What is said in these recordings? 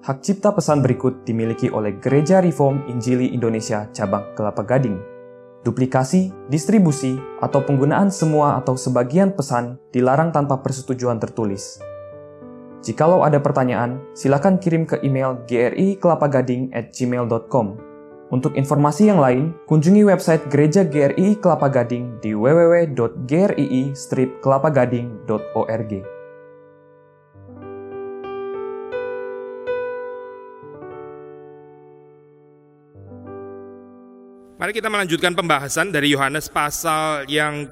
hak cipta pesan berikut dimiliki oleh Gereja Reform Injili Indonesia Cabang Kelapa Gading. Duplikasi, distribusi, atau penggunaan semua atau sebagian pesan dilarang tanpa persetujuan tertulis. Jikalau ada pertanyaan, silakan kirim ke email grikelapa-gading@gmail.com. Untuk informasi yang lain, kunjungi website Gereja GRI Kelapa Gading di www.grii-kelapagading.org. Mari kita melanjutkan pembahasan dari Yohanes pasal yang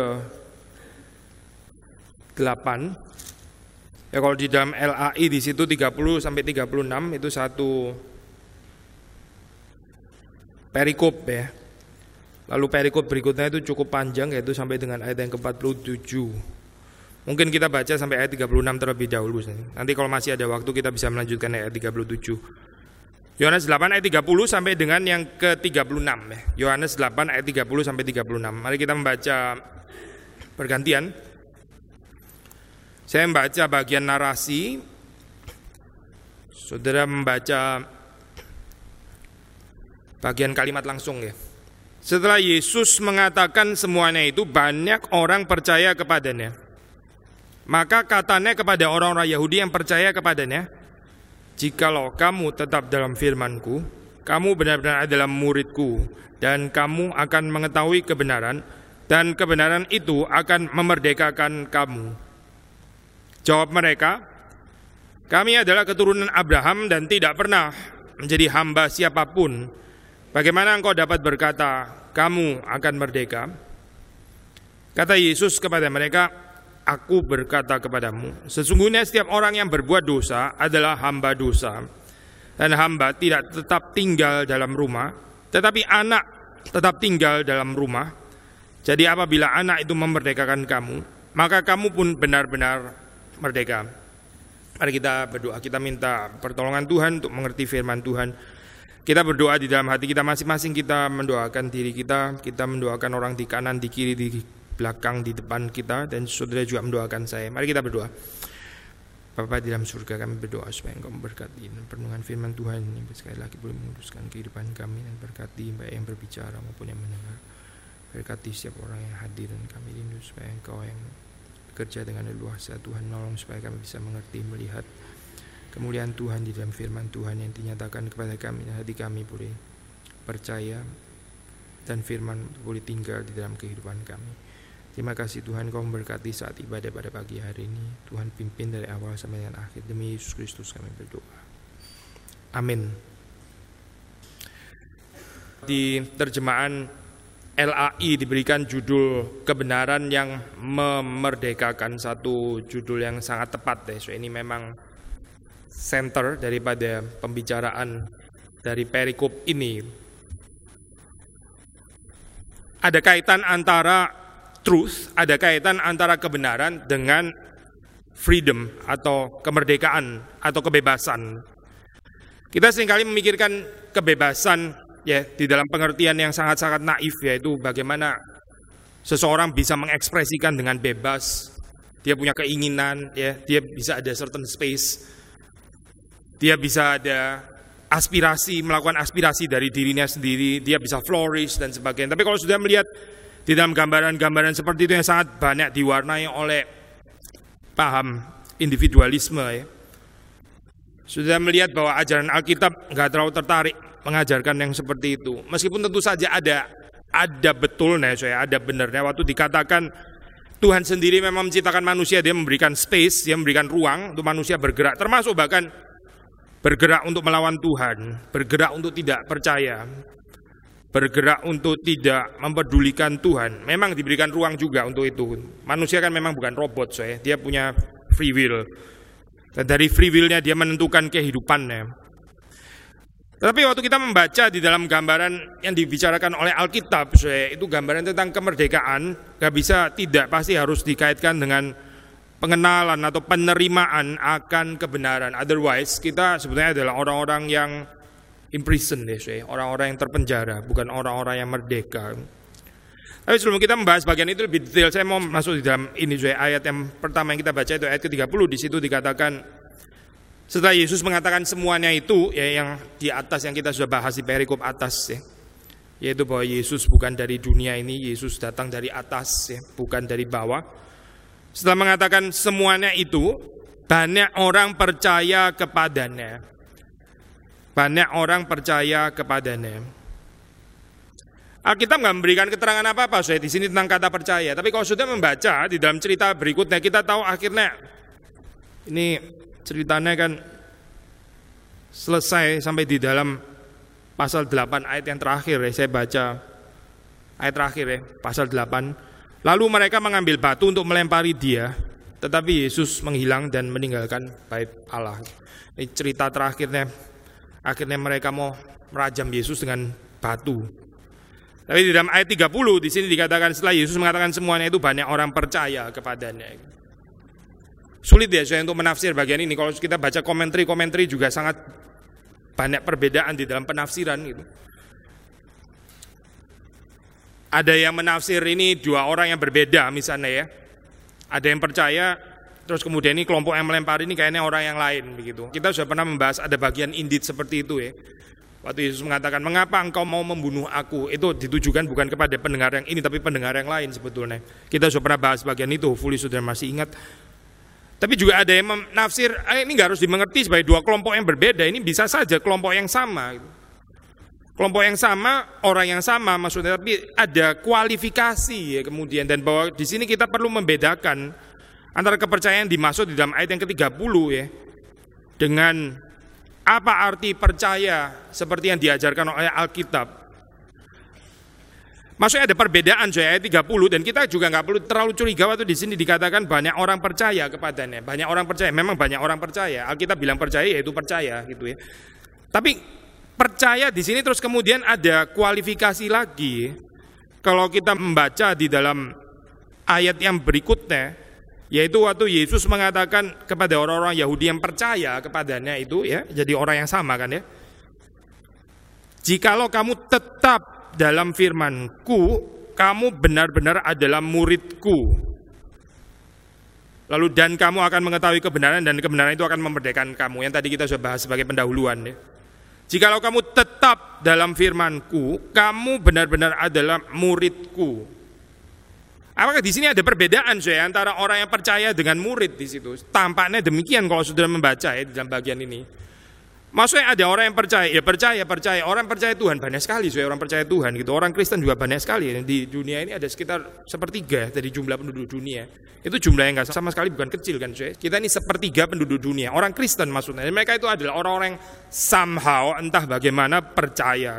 ke-8. Ya, kalau di dalam LAI di situ 30 sampai 36 itu satu perikop ya. Lalu perikop berikutnya itu cukup panjang, yaitu sampai dengan ayat yang ke-47. Mungkin kita baca sampai ayat 36 terlebih dahulu. Nanti kalau masih ada waktu kita bisa melanjutkan ayat 37. Yohanes 8 ayat 30 sampai dengan yang ke-36 ya. Yohanes 8 ayat 30 sampai 36. Mari kita membaca bergantian. Saya membaca bagian narasi. Saudara membaca bagian kalimat langsung ya. Setelah Yesus mengatakan semuanya itu, banyak orang percaya kepadanya. Maka katanya kepada orang-orang Yahudi yang percaya kepadanya, "Jikalau kamu tetap dalam firman-Ku, kamu benar-benar adalah murid-Ku, dan kamu akan mengetahui kebenaran, dan kebenaran itu akan memerdekakan kamu." Jawab mereka, "Kami adalah keturunan Abraham dan tidak pernah menjadi hamba siapapun. Bagaimana engkau dapat berkata, kamu akan merdeka?" Kata Yesus kepada mereka, "Aku berkata kepadamu, sesungguhnya setiap orang yang berbuat dosa adalah hamba dosa. Dan hamba tidak tetap tinggal dalam rumah, tetapi anak tetap tinggal dalam rumah. Jadi apabila anak itu memerdekakan kamu, maka kamu pun benar-benar merdeka." Mari kita berdoa, kita minta pertolongan Tuhan untuk mengerti firman Tuhan. Kita berdoa di dalam hati kita masing-masing, kita mendoakan diri kita mendoakan orang di kanan, di kiri, di belakang, di depan kita, dan saudara juga mendoakan saya. Mari kita berdoa. Bapa di dalam surga, kami berdoa supaya Engkau memberkati perenungan firman Tuhan ini, sekali lagi boleh menguduskan kehidupan kami, dan berkati baik yang berbicara maupun yang mendengar. Berkati setiap orang yang hadir, dan kami rindu supaya Engkau yang bekerja dengan leluasa. Tuhan nolong supaya kami bisa mengerti, melihat kemuliaan Tuhan di dalam firman Tuhan yang dinyatakan kepada kami, dan hati kami boleh percaya dan firman boleh tinggal di dalam kehidupan kami. Terima kasih Tuhan, Kau memberkati saat ibadah pada pagi hari ini. Tuhan pimpin dari awal sampai dengan akhir. Demi Yesus Kristus kami berdoa. Amin. Di terjemahan LAI diberikan judul kebenaran yang memerdekakan, satu judul yang sangat tepat deh. So, ini memang center daripada pembicaraan dari perikop ini. Ada kaitan antara truth, ada kaitan antara kebenaran dengan freedom atau kemerdekaan atau kebebasan. Kita seringkali memikirkan kebebasan ya di dalam pengertian yang sangat-sangat naif, yaitu bagaimana seseorang bisa mengekspresikan dengan bebas, dia punya keinginan ya, dia bisa ada certain space, dia bisa ada aspirasi, melakukan aspirasi dari dirinya sendiri, dia bisa flourish dan sebagainya. Tapi kalau sudah melihat di dalam gambaran-gambaran seperti itu yang sangat banyak diwarnai oleh paham individualisme ya, sudah melihat bahwa ajaran Alkitab nggak terlalu tertarik mengajarkan yang seperti itu. Meskipun tentu saja ada betulnya, ada benarnya waktu dikatakan Tuhan sendiri memang menciptakan manusia, dia memberikan space, dia memberikan ruang untuk manusia bergerak, termasuk bahkan bergerak untuk melawan Tuhan, bergerak untuk tidak percaya, bergerak untuk tidak mempedulikan Tuhan. Memang diberikan ruang juga untuk itu. Manusia kan memang bukan robot, dia punya free will. Dan dari free will-nya dia menentukan kehidupannya. Tetapi waktu kita membaca di dalam gambaran yang dibicarakan oleh Alkitab, itu gambaran tentang kemerdekaan, tidak pasti harus dikaitkan dengan pengenalan atau penerimaan akan kebenaran. Otherwise, kita sebenarnya adalah orang-orang yang imprisoned, orang-orang yang terpenjara, bukan orang-orang yang merdeka. Tapi sebelum kita membahas bagian itu lebih detail, saya mau masuk di dalam ini, ayat yang pertama yang kita baca itu ayat ke-30. Di situ dikatakan, Setelah Yesus mengatakan semuanya itu, ya yang di atas yang kita sudah bahas di perikop atas, ya, yaitu bahwa Yesus bukan dari dunia ini, Yesus datang dari atas, ya, bukan dari bawah. Setelah mengatakan semuanya itu, banyak orang percaya kepadanya. Banyak orang percaya kepadanya. Alkitab nggak memberikan keterangan apa-apa di sini tentang kata percaya. Tapi kalau sudah membaca di dalam cerita berikutnya, kita tahu akhirnya ini ceritanya kan selesai sampai di dalam pasal 8 ayat yang terakhir, ya. Saya baca ayat terakhir, ya, pasal 8. Lalu mereka mengambil batu untuk melempari dia, tetapi Yesus menghilang dan meninggalkan bait Allah. Ini cerita terakhirnya. Akhirnya mereka mau merajam Yesus dengan batu. Tapi di dalam ayat 30 di sini dikatakan setelah Yesus mengatakan semuanya itu, banyak orang percaya kepadanya. Sulit ya saya untuk menafsir bagian ini. Kalau kita baca komentari juga sangat banyak perbedaan di dalam penafsiran gitu. Ada yang menafsir ini dua orang yang berbeda misalnya, ya. Ada yang percaya, terus kemudian ini kelompok yang melempar ini kayaknya orang yang lain begitu. Kita sudah pernah membahas ada bagian indit seperti itu, ya. Waktu Yesus mengatakan, mengapa engkau mau membunuh aku? Itu ditujukan bukan kepada pendengar yang ini, tapi pendengar yang lain sebetulnya. Kita sudah pernah bahas bagian itu, hopefully saudara masih ingat. Tapi juga ada yang menafsir, ini nggak harus dimengerti sebagai dua kelompok yang berbeda. Ini bisa saja kelompok yang sama. Kelompok yang sama, orang yang sama maksudnya, tapi ada kualifikasi, ya, kemudian. Dan bahwa di sini kita perlu membedakan antara kepercayaan dimaksud di dalam ayat yang ke-30, ya, dengan apa arti percaya seperti yang diajarkan oleh Alkitab. Maksudnya ada perbedaan ayat 30, dan kita juga nggak perlu terlalu curiga waktu di sini dikatakan banyak orang percaya kepadanya. Banyak orang percaya, memang banyak orang percaya. Alkitab bilang percaya, yaitu percaya gitu, ya. Tapi percaya di sini terus kemudian ada kualifikasi lagi. Kalau kita membaca di dalam ayat yang berikutnya, yaitu waktu Yesus mengatakan kepada orang-orang Yahudi yang percaya kepadanya itu, ya, jadi orang yang sama kan, ya. Jikalau kamu tetap dalam firman-Ku, kamu benar-benar adalah murid-Ku. Lalu dan kamu akan mengetahui kebenaran, dan kebenaran itu akan memerdekakan kamu. Yang tadi kita sudah bahas sebagai pendahuluan, ya. Jikalau kamu tetap dalam firman-Ku, kamu benar-benar adalah murid-Ku. Apakah di sini ada perbedaan antara orang yang percaya dengan murid di situ? Tampaknya demikian kalau sudah membaca, ya, di dalam bagian ini. Maksudnya ada orang yang percaya, ya percaya. Orang percaya Tuhan banyak sekali, orang percaya Tuhan gitu. Orang Kristen juga banyak sekali. Di dunia ini ada sekitar 1/3 dari jumlah penduduk dunia. Itu jumlah yang nggak sama sekali, bukan kecil kan, Kita ini 1/3 penduduk dunia. Orang Kristen maksudnya. Mereka itu adalah orang-orang yang somehow, entah bagaimana, percaya.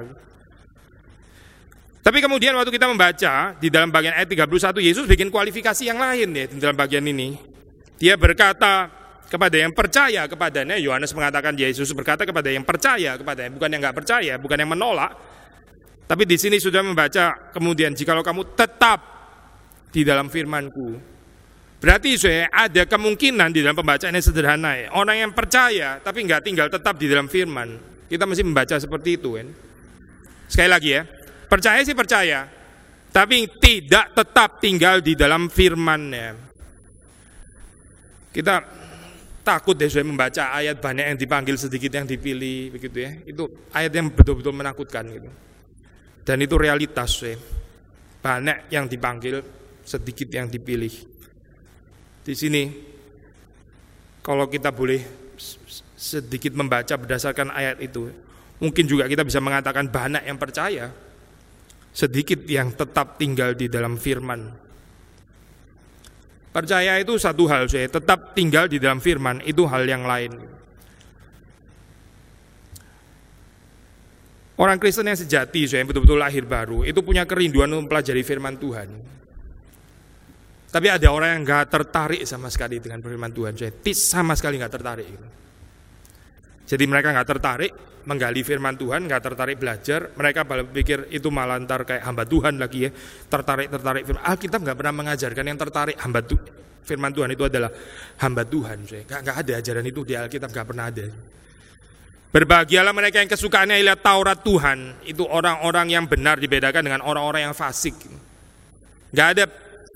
Tapi kemudian waktu kita membaca di dalam bagian ayat 31, Yesus bikin kualifikasi yang lain, ya, di dalam bagian ini. Dia berkata kepada yang percaya kepadanya. Yohanes mengatakan Yesus berkata kepada yang percaya kepadanya, bukan yang nggak percaya, bukan yang menolak. Tapi di sini sudah membaca kemudian, jikalau kamu tetap di dalam firman-Ku. Berarti ada kemungkinan di dalam pembacaan yang sederhana, ya. Orang yang percaya tapi nggak tinggal tetap di dalam firman. Kita mesti membaca seperti itu, kan. Sekali lagi, ya, percaya sih percaya, tapi tidak tetap tinggal di dalam firman-Nya. Kita takut deh saya membaca ayat banyak yang dipanggil, sedikit yang dipilih begitu, ya. Itu ayat yang betul-betul menakutkan gitu. Dan itu realitas, ya. Banyak yang dipanggil, sedikit yang dipilih. Di sini kalau kita boleh sedikit membaca berdasarkan ayat itu, mungkin juga kita bisa mengatakan banyak yang percaya, sedikit yang tetap tinggal di dalam firman. Percaya itu satu hal, tetap tinggal di dalam firman itu hal yang lain. Orang Kristen yang sejati, yang betul-betul lahir baru, itu punya kerinduan untuk mempelajari firman Tuhan. Tapi ada orang yang nggak tertarik sama sekali dengan firman Tuhan, sama sekali nggak tertarik. Jadi mereka nggak tertarik menggali firman Tuhan, nggak tertarik belajar. Mereka berpikir itu malah ntar kayak hamba Tuhan lagi, ya, tertarik firman. Alkitab nggak pernah mengajarkan yang tertarik firman Tuhan itu adalah hamba Tuhan. Nggak ada ajaran itu di Alkitab, nggak pernah ada. Berbahagialah mereka yang kesukaannya ialah Taurat Tuhan. Itu orang-orang yang benar, dibedakan dengan orang-orang yang fasik. Nggak ada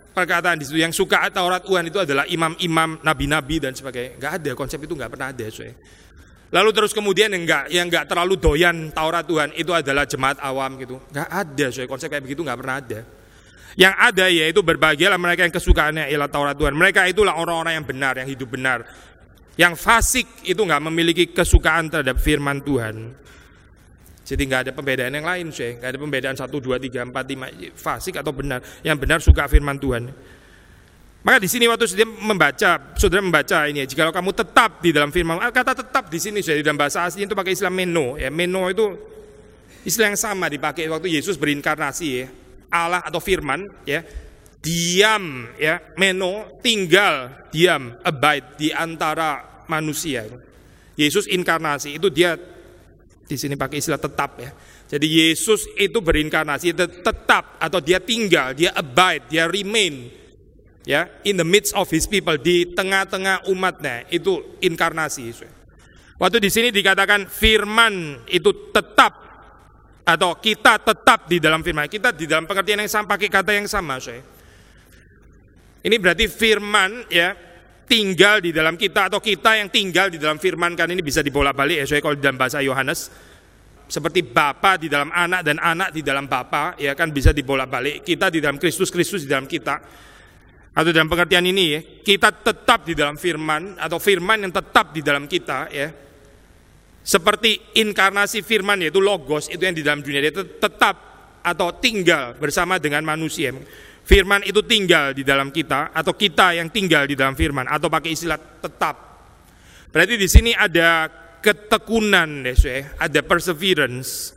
perkataan di situ yang suka Taurat Tuhan itu adalah imam-imam, nabi-nabi dan sebagainya. Enggak ada, konsep itu enggak pernah ada, soalnya. Lalu terus kemudian yang enggak terlalu doyan Taurat Tuhan itu adalah jemaat awam gitu. Enggak ada, soalnya konsep kayak begitu enggak pernah ada. Yang ada yaitu berbahagialah mereka yang kesukaannya ialah Taurat Tuhan. Mereka itulah orang-orang yang benar, yang hidup benar. Yang fasik itu enggak memiliki kesukaan terhadap firman Tuhan. Jadi nggak ada pembedaan yang lain, nggak ada pembedaan 1, 2, 3, 4, 5 fasik atau benar. Yang benar suka firman Tuhan. Maka di sini waktu saudara membaca ini, jikalau kamu tetap di dalam firman, kata tetap di sini di dalam bahasa asli itu pakai istilah meno. Ya, meno itu istilah yang sama dipakai waktu Yesus berinkarnasi, ya. Allah atau firman, ya, diam, ya, meno tinggal, diam, abide di antara manusia. Yesus inkarnasi itu dia di sini pakai istilah tetap, ya. Jadi Yesus itu berinkarnasi tetap atau dia tinggal, dia abide, dia remain, ya, in the midst of his people, di tengah-tengah umatnya. Itu inkarnasi. Waktu di sini dikatakan firman itu tetap atau kita tetap di dalam firman, kita di dalam pengertian yang sama, pakai kata yang sama. Ini berarti firman, ya, tinggal di dalam kita atau kita yang tinggal di dalam firman, kan ini bisa dibolak-balik, ya. Soalnya kalau di dalam bahasa Yohanes seperti Bapa di dalam anak dan anak di dalam Bapa, ya kan bisa dibolak-balik. Kita di dalam Kristus, Kristus di dalam kita. Atau dalam pengertian ini, ya, kita tetap di dalam firman atau firman yang tetap di dalam kita, ya. Seperti inkarnasi firman, yaitu logos, itu yang di dalam dunia dia tetap atau tinggal bersama dengan manusia. Firman itu tinggal di dalam kita atau kita yang tinggal di dalam firman, atau pakai istilah tetap. Berarti di sini ada ketekunan, ada perseverance.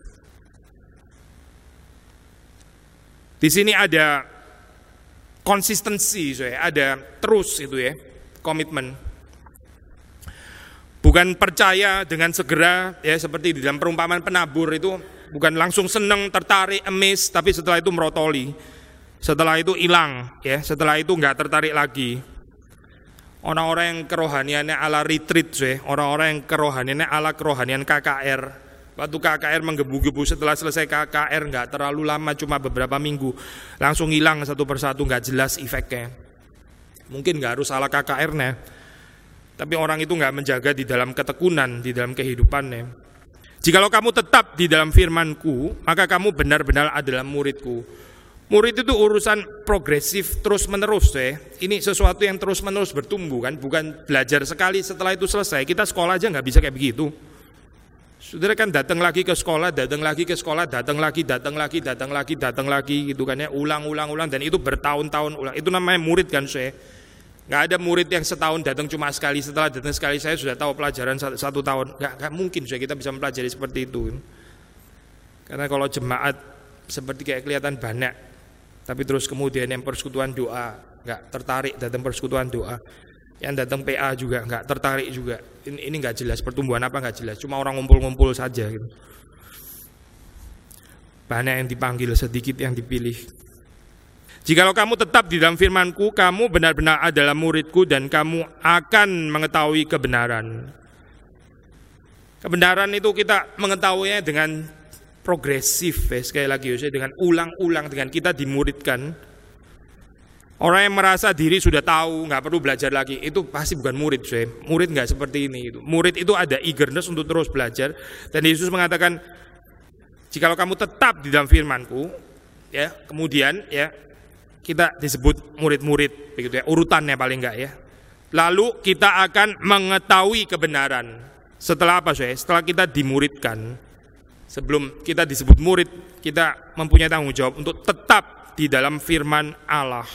Di sini ada konsistensi, ada terus itu, ya, komitmen. Bukan percaya dengan segera, ya, seperti di dalam perumpamaan penabur itu, bukan langsung senang, tertarik, amazed, tapi setelah itu merotoli. Setelah itu hilang, ya, setelah itu nggak tertarik lagi. Orang-orang yang kerohaniannya ala retreat, orang-orang yang kerohaniannya ala kerohanian KKR. Waktu KKR menggebu-gebu, setelah selesai KKR nggak terlalu lama, cuma beberapa minggu, langsung hilang satu persatu, nggak jelas efeknya. Mungkin nggak harus salah KKR-nya, tapi orang itu nggak menjaga di dalam ketekunan, di dalam kehidupannya. Jikalau kamu tetap di dalam firman-Ku, maka kamu benar-benar adalah murid-Ku. Murid itu urusan progresif terus-menerus, ya. Ini sesuatu yang terus-menerus bertumbuh, kan, bukan belajar sekali setelah itu selesai. Kita sekolah aja nggak bisa kayak begitu. Saudara kan datang lagi ke sekolah, datang lagi ke sekolah, datang lagi, gitu kan, ya, ulang, dan itu bertahun-tahun ulang. Itu namanya murid, kan, saya. Nggak ada murid yang setahun datang cuma sekali, setelah datang sekali saya sudah tahu pelajaran 1 tahun. Nggak mungkin, saya, kita bisa mempelajari seperti itu. Karena kalau jemaat seperti kayak kelihatan banyak, tapi terus kemudian yang persekutuan doa nggak tertarik datang persekutuan doa, yang datang PA juga nggak tertarik juga. Ini nggak jelas pertumbuhan apa, nggak jelas, cuma orang ngumpul-ngumpul saja gitu. Banyak yang dipanggil, sedikit yang dipilih. Jikalau kamu tetap di dalam firman-Ku, kamu benar-benar adalah murid-Ku dan kamu akan mengetahui kebenaran. Kebenaran itu kita mengetahuinya dengan progresif, ya, sekali lagi, ya, dengan ulang-ulang, dengan kita dimuridkan. Orang yang merasa diri sudah tahu, nggak perlu belajar lagi, itu pasti bukan murid, ya. Murid nggak seperti ini. Murid itu ada eagerness untuk terus belajar. Dan Yesus mengatakan, jikalau kamu tetap di dalam firman-Ku, ya, kemudian, ya, kita disebut murid-murid, begitu, ya, urutannya paling nggak, ya. Lalu kita akan mengetahui kebenaran. Setelah apa, saya? Setelah kita dimuridkan. Sebelum kita disebut murid, kita mempunyai tanggung jawab untuk tetap di dalam firman Allah.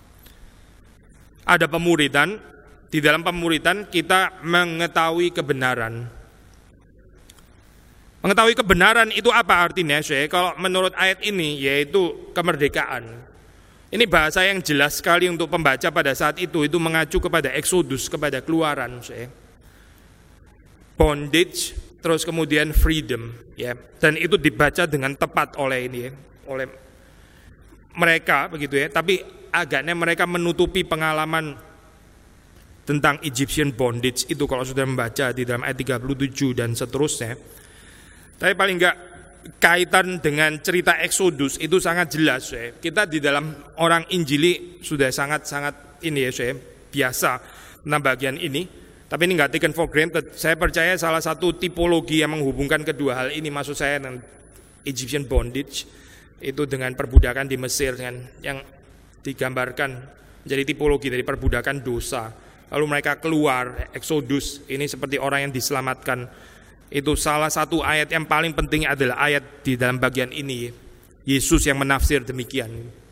Ada pemuridan, di dalam pemuridan kita mengetahui kebenaran. Mengetahui kebenaran itu apa artinya, saya? Kalau menurut ayat ini, yaitu kemerdekaan. Ini bahasa yang jelas sekali untuk pembaca pada saat itu mengacu kepada Exodus, kepada keluaran, saya. Bondage, terus kemudian freedom, ya, dan itu dibaca dengan tepat oleh ini, ya, oleh mereka, begitu, ya. Tapi agaknya mereka menutupi pengalaman tentang Egyptian bondage itu kalau sudah membaca di dalam ayat 37 dan seterusnya. Tapi paling enggak kaitan dengan cerita Exodus itu sangat jelas ya. Kita di dalam orang Injili sudah sangat ini ya saya biasa tentang bagian ini. Tapi ini nggak taken for granted. Saya percaya salah satu tipologi yang menghubungkan kedua hal ini, maksud saya dengan Egyptian bondage itu dengan perbudakan di Mesir, dengan yang digambarkan menjadi tipologi dari perbudakan dosa. Lalu mereka keluar, Exodus ini seperti orang yang diselamatkan. Itu salah satu ayat yang paling penting adalah ayat di dalam bagian ini. Yesus yang menafsir demikian.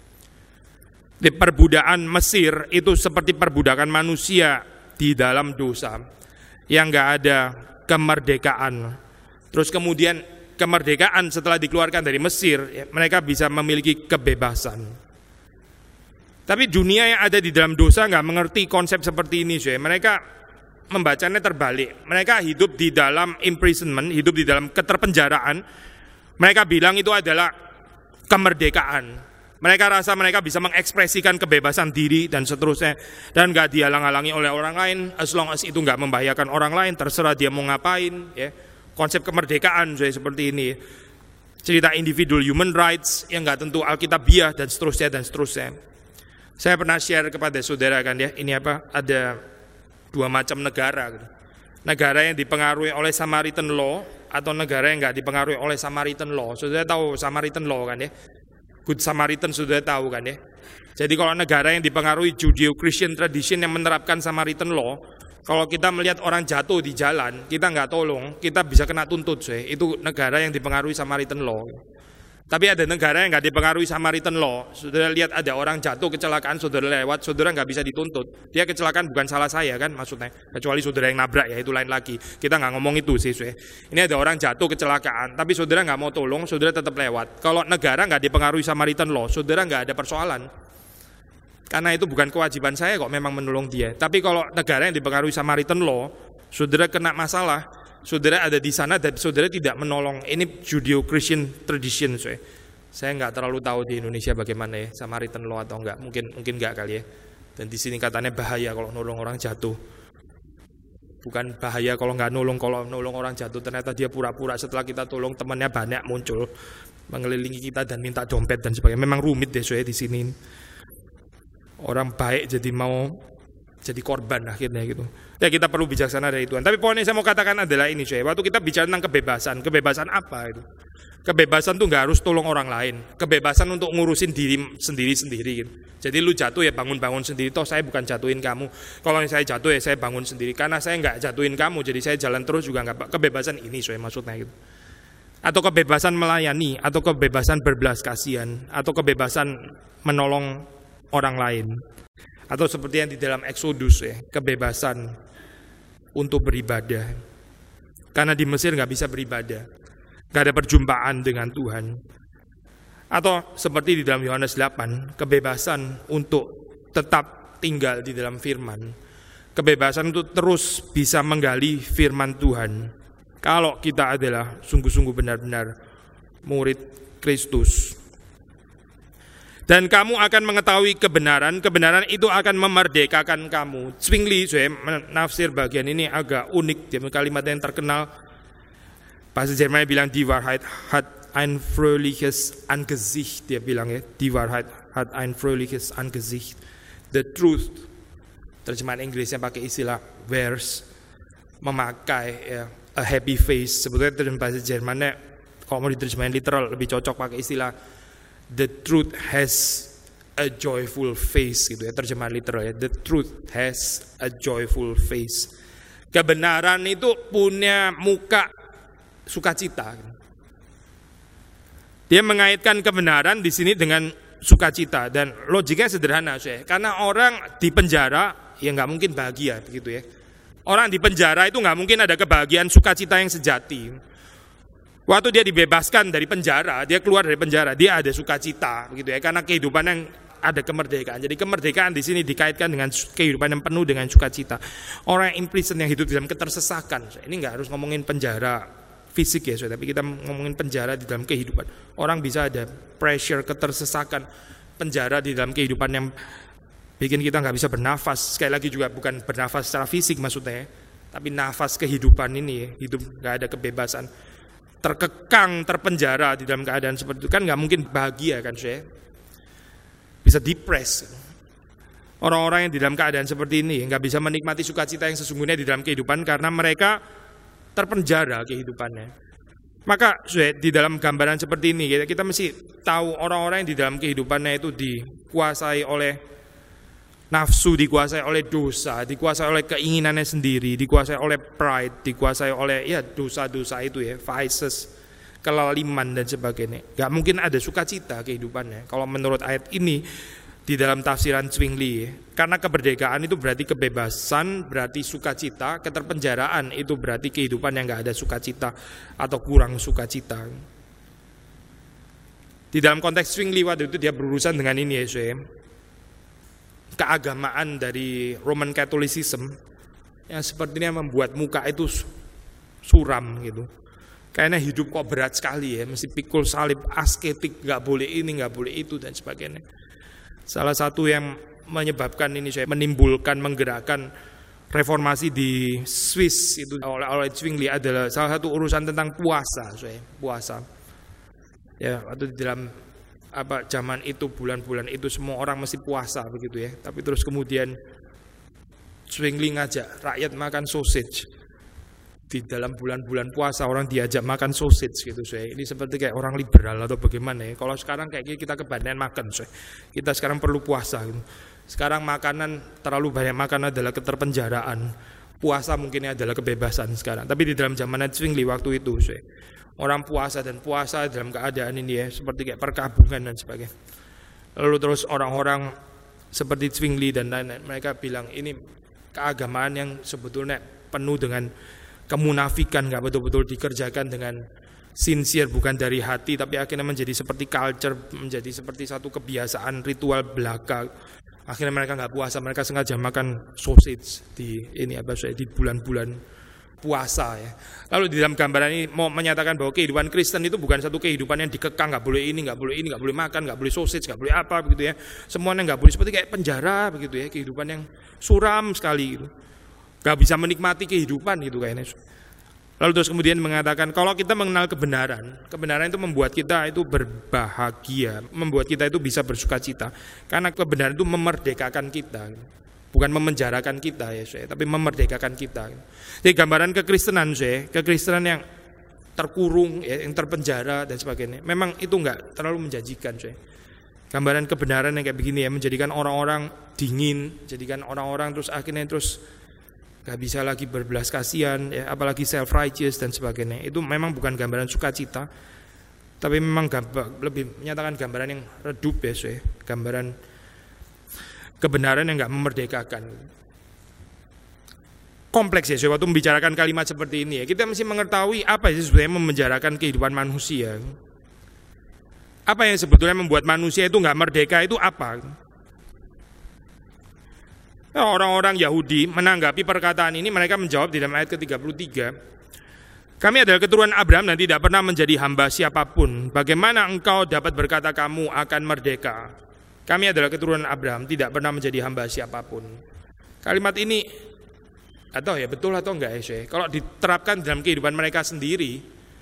Di perbudakan Mesir itu seperti perbudakan manusia di dalam dosa yang nggak ada kemerdekaan. Terus kemudian kemerdekaan setelah dikeluarkan dari Mesir, ya, mereka bisa memiliki kebebasan. Tapi dunia yang ada di dalam dosa nggak mengerti konsep seperti ini, so. Mereka membacanya terbalik. Mereka hidup di dalam imprisonment, hidup di dalam keterpenjaraan. Mereka bilang itu adalah kemerdekaan. Mereka rasa mereka bisa mengekspresikan kebebasan diri dan seterusnya, dan nggak dihalang-halangi oleh orang lain, as long as itu nggak membahayakan orang lain, terserah dia mau ngapain. Ya. Konsep kemerdekaan seperti ini, cerita individual human rights yang nggak tentu alkitabiah dan seterusnya dan seterusnya. Saya pernah share kepada saudara kan ya, ini apa? Ada dua macam negara, gitu. Negara yang dipengaruhi oleh Samaritan Law atau negara yang nggak dipengaruhi oleh Samaritan Law. Saudara tahu Samaritan Law kan ya? Good Samaritan sudah tahu kan ya. Jadi kalau negara yang dipengaruhi Judeo-Christian tradition yang menerapkan Samaritan Law, kalau kita melihat orang jatuh di jalan, kita nggak tolong, kita bisa kena tuntut. Itu negara yang dipengaruhi Samaritan Law. Tapi ada negara yang nggak dipengaruhi Samaritan Law. Saudara lihat ada orang jatuh kecelakaan, saudara lewat, saudara nggak bisa dituntut. Dia kecelakaan bukan salah saya kan maksudnya. Kecuali saudara yang nabrak ya, itu lain lagi. Kita nggak ngomong itu sih. Ini ada orang jatuh kecelakaan, tapi saudara nggak mau tolong, saudara tetap lewat. Kalau negara nggak dipengaruhi Samaritan Law, saudara nggak ada persoalan. Karena itu bukan kewajiban saya kok memang menolong dia. Tapi kalau negara yang dipengaruhi Samaritan Law, saudara kena masalah, saudara ada di sana dan saudara tidak menolong. Ini Judeo-Christian tradition. Saya nggak terlalu tahu di Indonesia bagaimana ya Samaritan Law atau enggak. Mungkin enggak kali ya. Dan di sini katanya bahaya kalau nolong orang jatuh. Bukan bahaya kalau nggak nolong. Kalau nolong orang jatuh ternyata dia pura-pura setelah kita tolong temannya banyak muncul mengelilingi kita dan minta dompet dan sebagainya. Memang rumit deh di sini. Orang baik jadi mau jadi korban akhirnya gitu. Ya kita perlu bijaksana dari Tuhan. Tapi poinnya saya mau katakan adalah ini, waktu kita bicara tentang kebebasan apa itu? Kebebasan tuh nggak harus tolong orang lain. Kebebasan untuk ngurusin diri sendiri gitu. Jadi lu jatuh ya bangun-bangun sendiri. Toh saya bukan jatuhin kamu. Kalau saya jatuh ya saya bangun sendiri. Karena saya nggak jatuhin kamu, jadi saya jalan terus juga nggak. Kebebasan ini maksudnya gitu. Atau kebebasan melayani, atau kebebasan berbelas kasihan, atau kebebasan menolong orang lain. Atau seperti yang di dalam Exodus kebebasan untuk beribadah. Karena di Mesir nggak bisa beribadah, nggak ada perjumpaan dengan Tuhan. Atau seperti di dalam Yohanes 8, kebebasan untuk tetap tinggal di dalam firman. Kebebasan untuk terus bisa menggali firman Tuhan. Kalau kita adalah sungguh-sungguh benar-benar murid Kristus. Dan kamu akan mengetahui kebenaran itu akan memerdekakan kamu. Zwingli menafsir bagian ini agak unik, dia kalimat yang terkenal. Bahasa Jerman bilang die Wahrheit hat ein fröhliches Angesicht, dia bilang ya, die Wahrheit hat ein fröhliches Angesicht. The truth, terjemahan Inggrisnya pakai istilah wears, memakai ya, a happy face. Sebetulnya terjemahan bahasa Jermannya kalau mau diterjemahin literal lebih cocok pakai istilah the truth has a joyful face gitu ya, terjemahan literal ya. The truth has a joyful face. Kebenaran itu punya muka sukacita. Dia mengaitkan kebenaran di sini dengan sukacita dan logiknya sederhana karena orang di penjara ya nggak mungkin bahagia begitu ya. Orang di penjara itu nggak mungkin ada kebahagiaan sukacita yang sejati. Waktu dia dibebaskan dari penjara, dia keluar dari penjara, dia ada sukacita, begitu ya, karena kehidupan yang ada kemerdekaan. Jadi kemerdekaan di sini dikaitkan dengan kehidupan yang penuh dengan sukacita. Orang yang imprisoned yang hidup dalam ketersesakan, ini nggak harus ngomongin penjara fisik ya, tapi kita ngomongin penjara di dalam kehidupan. Orang bisa ada pressure, ketersesakan, penjara di dalam kehidupan yang bikin kita nggak bisa bernafas. Sekali lagi juga bukan bernafas secara fisik maksudnya, tapi nafas kehidupan ini, hidup nggak ada kebebasan. terkekang, terpenjara di dalam keadaan seperti itu kan nggak mungkin bahagia kan saya, bisa depres. Orang-orang yang di dalam keadaan seperti ini nggak bisa menikmati sukacita yang sesungguhnya di dalam kehidupan karena mereka terpenjara kehidupannya. Maka di dalam gambaran seperti ini kita mesti tahu orang-orang yang di dalam kehidupannya itu dikuasai oleh nafsu, dikuasai oleh dosa, dikuasai oleh keinginannya sendiri, dikuasai oleh pride, dikuasai oleh dosa-dosa itu vices, kelaliman dan sebagainya. Gak mungkin ada sukacita kehidupannya. Kalau menurut ayat ini di dalam tafsiran Zwingli, karena kemerdekaan itu berarti kebebasan, berarti sukacita, keterpenjaraan itu berarti kehidupan yang gak ada sukacita atau kurang sukacita. Di dalam konteks Zwingli waktu itu dia berurusan dengan ini keagamaan dari Roman Catholicism yang sepertinya membuat muka itu suram gitu. Kayaknya hidup kok berat sekali mesti pikul salib, asketik, gak boleh ini, gak boleh itu dan sebagainya. Salah satu yang menyebabkan ini menimbulkan, menggerakkan reformasi di Swiss itu oleh Zwingli adalah salah satu urusan tentang puasa. Ya, waktu di dalam zaman itu, bulan-bulan itu semua orang mesti puasa begitu ya. Tapi terus kemudian Zwingli ngajak rakyat makan sausage. Di dalam bulan-bulan puasa orang diajak makan sausage gitu Ini seperti kayak orang liberal atau bagaimana ya. Kalau sekarang kayak kita kebanyakan makan Kita sekarang perlu puasa gitu. Sekarang makanan, terlalu banyak makan adalah keterpenjaraan. Puasa mungkin adalah kebebasan sekarang. Tapi di dalam zaman Zwingli waktu itu orang puasa dalam keadaan ini seperti kayak perkabungan dan sebagainya. Lalu terus orang-orang seperti Zwingli dan lain-lain mereka bilang ini keagamaan yang sebetulnya penuh dengan kemunafikan, gak betul-betul dikerjakan dengan sincere, bukan dari hati, tapi akhirnya menjadi seperti culture, menjadi seperti satu kebiasaan ritual belaka. Akhirnya mereka gak puasa, mereka sengaja makan sausage di bulan-bulan puasa ya. Lalu di dalam gambaran ini mau menyatakan bahwa kehidupan Kristen itu bukan satu kehidupan yang dikekang, gak boleh ini, gak boleh ini, gak boleh makan, gak boleh sausage, gak boleh apa begitu ya. Semuanya gak boleh, seperti kayak penjara begitu ya, kehidupan yang suram sekali gitu. Gak bisa menikmati kehidupan gitu kayaknya. Lalu terus kemudian mengatakan kalau kita mengenal kebenaran itu membuat kita itu berbahagia, membuat kita itu bisa bersukacita. Karena kebenaran itu memerdekakan kita, bukan memenjarakan kita tapi memerdekakan kita. Jadi gambaran kekristenan kekristenan yang terkurung, yang terpenjara dan sebagainya. Memang itu enggak terlalu menjanjikan Gambaran kebenaran yang kayak begini menjadikan orang-orang dingin, jadikan orang-orang terus akhirnya gak bisa lagi berbelas kasihan, apalagi self-righteous dan sebagainya. Itu memang bukan gambaran sukacita, tapi memang lebih menyatakan gambaran yang redup gambaran kebenaran yang gak memerdekakan. Kompleks waktu membicarakan kalimat seperti ini kita mesti mengetahui apa sih sebetulnya memenjarakan kehidupan manusia. Apa yang sebetulnya membuat manusia itu gak merdeka itu apa? Orang-orang Yahudi menanggapi perkataan ini, mereka menjawab di dalam ayat ke-33. Kami adalah keturunan Abraham dan tidak pernah menjadi hamba siapapun. Bagaimana engkau dapat berkata kamu akan merdeka? Kami adalah keturunan Abraham, tidak pernah menjadi hamba siapapun. Kalimat ini, atau betul atau enggak kalau diterapkan dalam kehidupan mereka sendiri,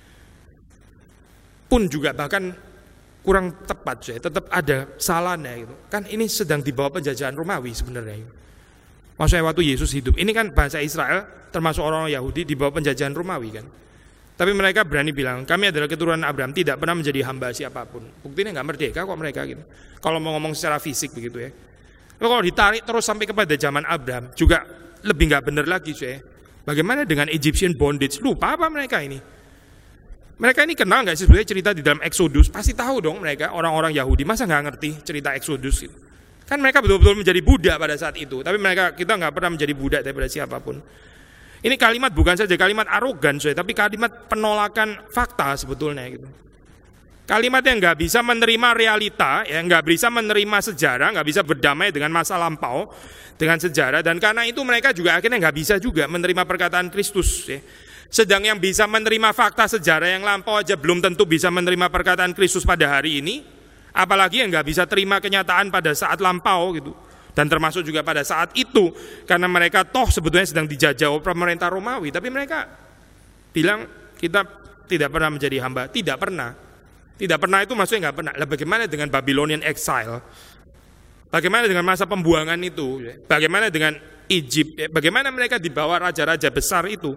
pun juga bahkan kurang tepat tetap ada salahnya gitu. Kan ini sedang di bawah penjajahan Romawi sebenarnya. Maksudnya waktu Yesus hidup, ini kan bangsa Israel termasuk orang Yahudi di bawah penjajahan Romawi kan. Tapi mereka berani bilang kami adalah keturunan Abraham, tidak pernah menjadi hamba siapapun. Buktinya nggak merdeka kok mereka gitu. Kalau mau ngomong secara fisik begitu ya. Kalau ditarik terus sampai kepada zaman Abraham juga lebih nggak benar lagi Bagaimana dengan Egyptian bondage? Lupa apa mereka ini? Mereka ini kenal nggak sih sebenarnya cerita di dalam Exodus? Pasti tahu dong mereka orang-orang Yahudi, masa nggak ngerti cerita Exodus gitu? Kan mereka betul-betul menjadi budak pada saat itu. Tapi kita nggak pernah menjadi budak daripada siapapun. Ini kalimat bukan saja kalimat arogan tapi kalimat penolakan fakta sebetulnya gitu. Kalimat yang nggak bisa menerima realita, yang nggak bisa menerima sejarah, nggak bisa berdamai dengan masa lampau, dengan sejarah. Dan karena itu mereka juga akhirnya nggak bisa juga menerima perkataan Kristus Sedang yang bisa menerima fakta sejarah yang lampau aja belum tentu bisa menerima perkataan Kristus pada hari ini. Apalagi yang nggak bisa terima kenyataan pada saat lampau gitu, dan termasuk juga pada saat itu, karena mereka toh sebetulnya sedang dijajah oleh pemerintah Romawi, tapi mereka bilang kita tidak pernah menjadi hamba? Tidak pernah. Tidak pernah itu maksudnya nggak pernah. Lah bagaimana dengan Babylonian exile? Bagaimana dengan masa pembuangan itu? Bagaimana dengan Egypt? Bagaimana mereka dibawa raja-raja besar itu?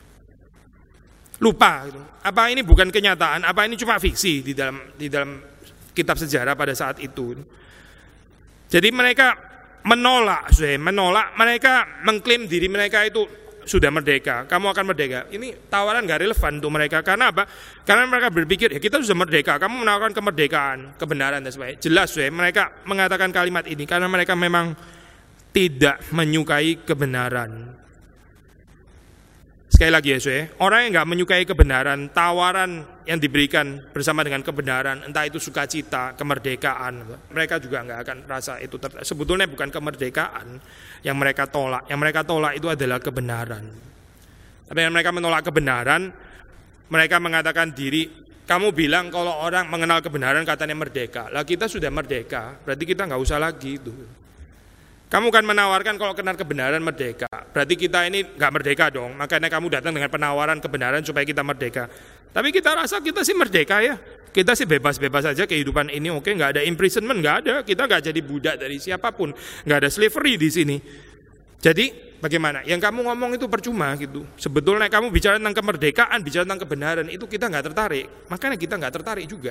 Lupa gitu. Apa ini bukan kenyataan? Apa ini cuma fiksi di dalam kitab sejarah pada saat itu? Jadi mereka menolak, mereka mengklaim diri mereka itu sudah merdeka, kamu akan merdeka. Ini tawaran gak relevan untuk mereka. Karena apa? Karena mereka berpikir, ya kita sudah merdeka, kamu menawarkan kemerdekaan, kebenaran dan sebagainya. Jelas mereka mengatakan kalimat ini karena mereka memang tidak menyukai kebenaran. Sekali lagi orang yang gak menyukai kebenaran, tawaran yang diberikan bersama dengan kebenaran, entah itu sukacita, kemerdekaan, mereka juga gak akan rasa itu. Sebetulnya bukan kemerdekaan yang mereka tolak. Yang mereka tolak itu adalah kebenaran. Tapi yang mereka menolak kebenaran, mereka mengatakan diri, kamu bilang kalau orang mengenal kebenaran katanya merdeka. Lah kita sudah merdeka, berarti kita gak usah lagi itu. Kamu kan menawarkan kalau kenal kebenaran merdeka, berarti kita ini gak merdeka dong. Makanya kamu datang dengan penawaran kebenaran supaya kita merdeka. Tapi kita rasa kita sih merdeka ya. Kita sih bebas-bebas saja kehidupan ini, oke, gak ada imprisonment, gak ada. Kita gak jadi budak dari siapapun, gak ada slavery di sini. Jadi bagaimana? Yang kamu ngomong itu percuma gitu. Sebetulnya kamu bicara tentang kemerdekaan, bicara tentang kebenaran, itu kita gak tertarik. Makanya kita gak tertarik juga.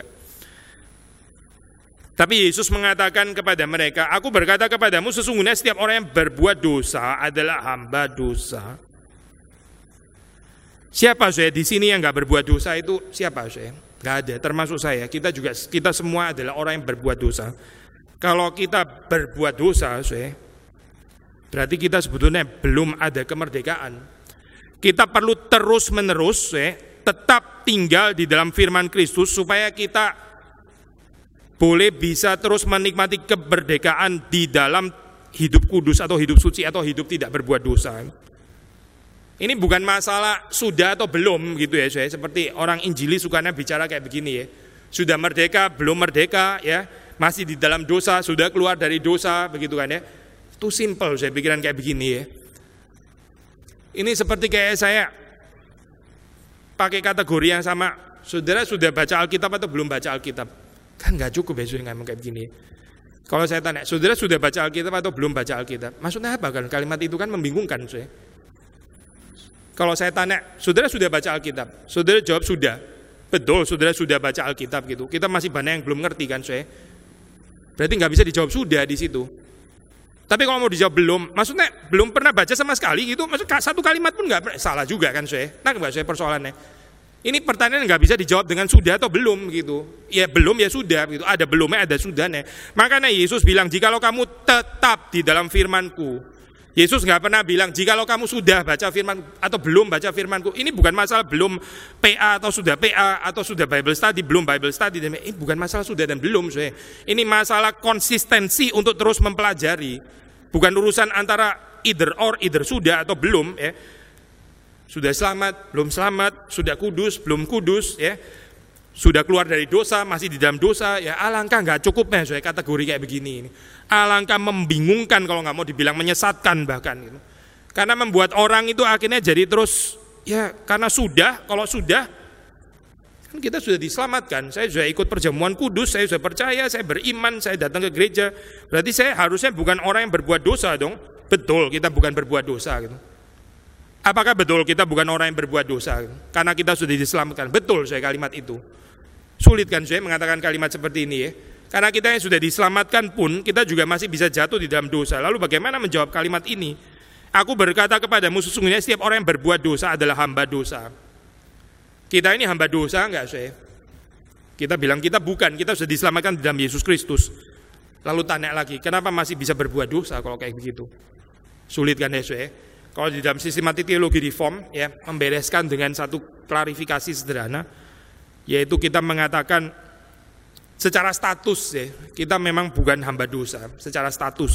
Tapi Yesus mengatakan kepada mereka, aku berkata kepadamu sesungguhnya setiap orang yang berbuat dosa adalah hamba dosa. Siapa di sini yang gak berbuat dosa itu? Siapa Gak ada, termasuk saya. Kita semua adalah orang yang berbuat dosa. Kalau kita berbuat dosa, berarti kita sebetulnya belum ada kemerdekaan. Kita perlu terus-menerus tetap tinggal di dalam firman Kristus supaya kita boleh bisa terus menikmati kemerdekaan di dalam hidup kudus atau hidup suci atau hidup tidak berbuat dosa. Ini bukan masalah sudah atau belum gitu ya, seperti orang Injili sukanya bicara kayak begini ya. Sudah merdeka, belum merdeka ya, masih di dalam dosa, sudah keluar dari dosa, begitu kan ya. Itu simple pikiran kayak begini ya. Ini seperti kayak saya pakai kategori yang sama, saudara sudah baca Alkitab atau belum baca Alkitab? Kan gak cukup ya ngomong kayak begini. Kalau saya tanya, saudara sudah baca Alkitab atau belum baca Alkitab? Maksudnya apa kan? Kalimat itu kan membingungkan. Kalau saya tanya, saudara sudah baca Alkitab? Saudara jawab sudah. Betul, saudara sudah baca Alkitab gitu. Kita masih banyak yang belum ngerti kan, berarti gak bisa dijawab sudah di situ. Tapi kalau mau dijawab belum, maksudnya belum pernah baca sama sekali gitu, maksudnya satu kalimat pun gak salah juga kan, Nah, gak persoalannya. Ini pertanyaan nggak bisa dijawab dengan sudah atau belum gitu. Ya belum ya sudah gitu. Ada belumnya ada sudahnya. Makanya Yesus bilang jikalau kamu tetap di dalam firman-Ku. Yesus nggak pernah bilang jikalau kamu sudah baca firman atau belum baca firman-Ku. Ini bukan masalah belum PA atau sudah PA atau sudah Bible study belum Bible study. Ini bukan masalah sudah dan belum. Ini masalah konsistensi untuk terus mempelajari. Bukan urusan antara either sudah atau belum ya. Sudah selamat, belum selamat, sudah kudus, belum kudus, ya, sudah keluar dari dosa, masih di dalam dosa, ya alangkah nggak cukupnya kategori kayak begini ini. Alangkah membingungkan kalau nggak mau dibilang menyesatkan bahkan gitu. Karena membuat orang itu akhirnya jadi terus, ya karena sudah, kalau sudah, kan kita sudah diselamatkan. Saya sudah ikut perjamuan kudus, saya sudah percaya, saya beriman, saya datang ke gereja. Berarti saya harusnya bukan orang yang berbuat dosa dong. Betul, kita bukan berbuat dosa gitu. Apakah betul kita bukan orang yang berbuat dosa karena kita sudah diselamatkan? Betul kalimat itu. Sulit kan mengatakan kalimat seperti ini ya. Karena kita yang sudah diselamatkan pun kita juga masih bisa jatuh di dalam dosa. Lalu bagaimana menjawab kalimat ini? Aku berkata kepadamu sesungguhnya setiap orang yang berbuat dosa adalah hamba dosa. Kita ini hamba dosa enggak Kita bilang kita bukan, kita sudah diselamatkan di dalam Yesus Kristus. Lalu tanya lagi, kenapa masih bisa berbuat dosa kalau kayak begitu? Sulit kan Kalau di dalam sistematik teologi reform ya membereskan dengan satu klarifikasi sederhana, yaitu kita mengatakan secara status kita memang bukan hamba dosa. Secara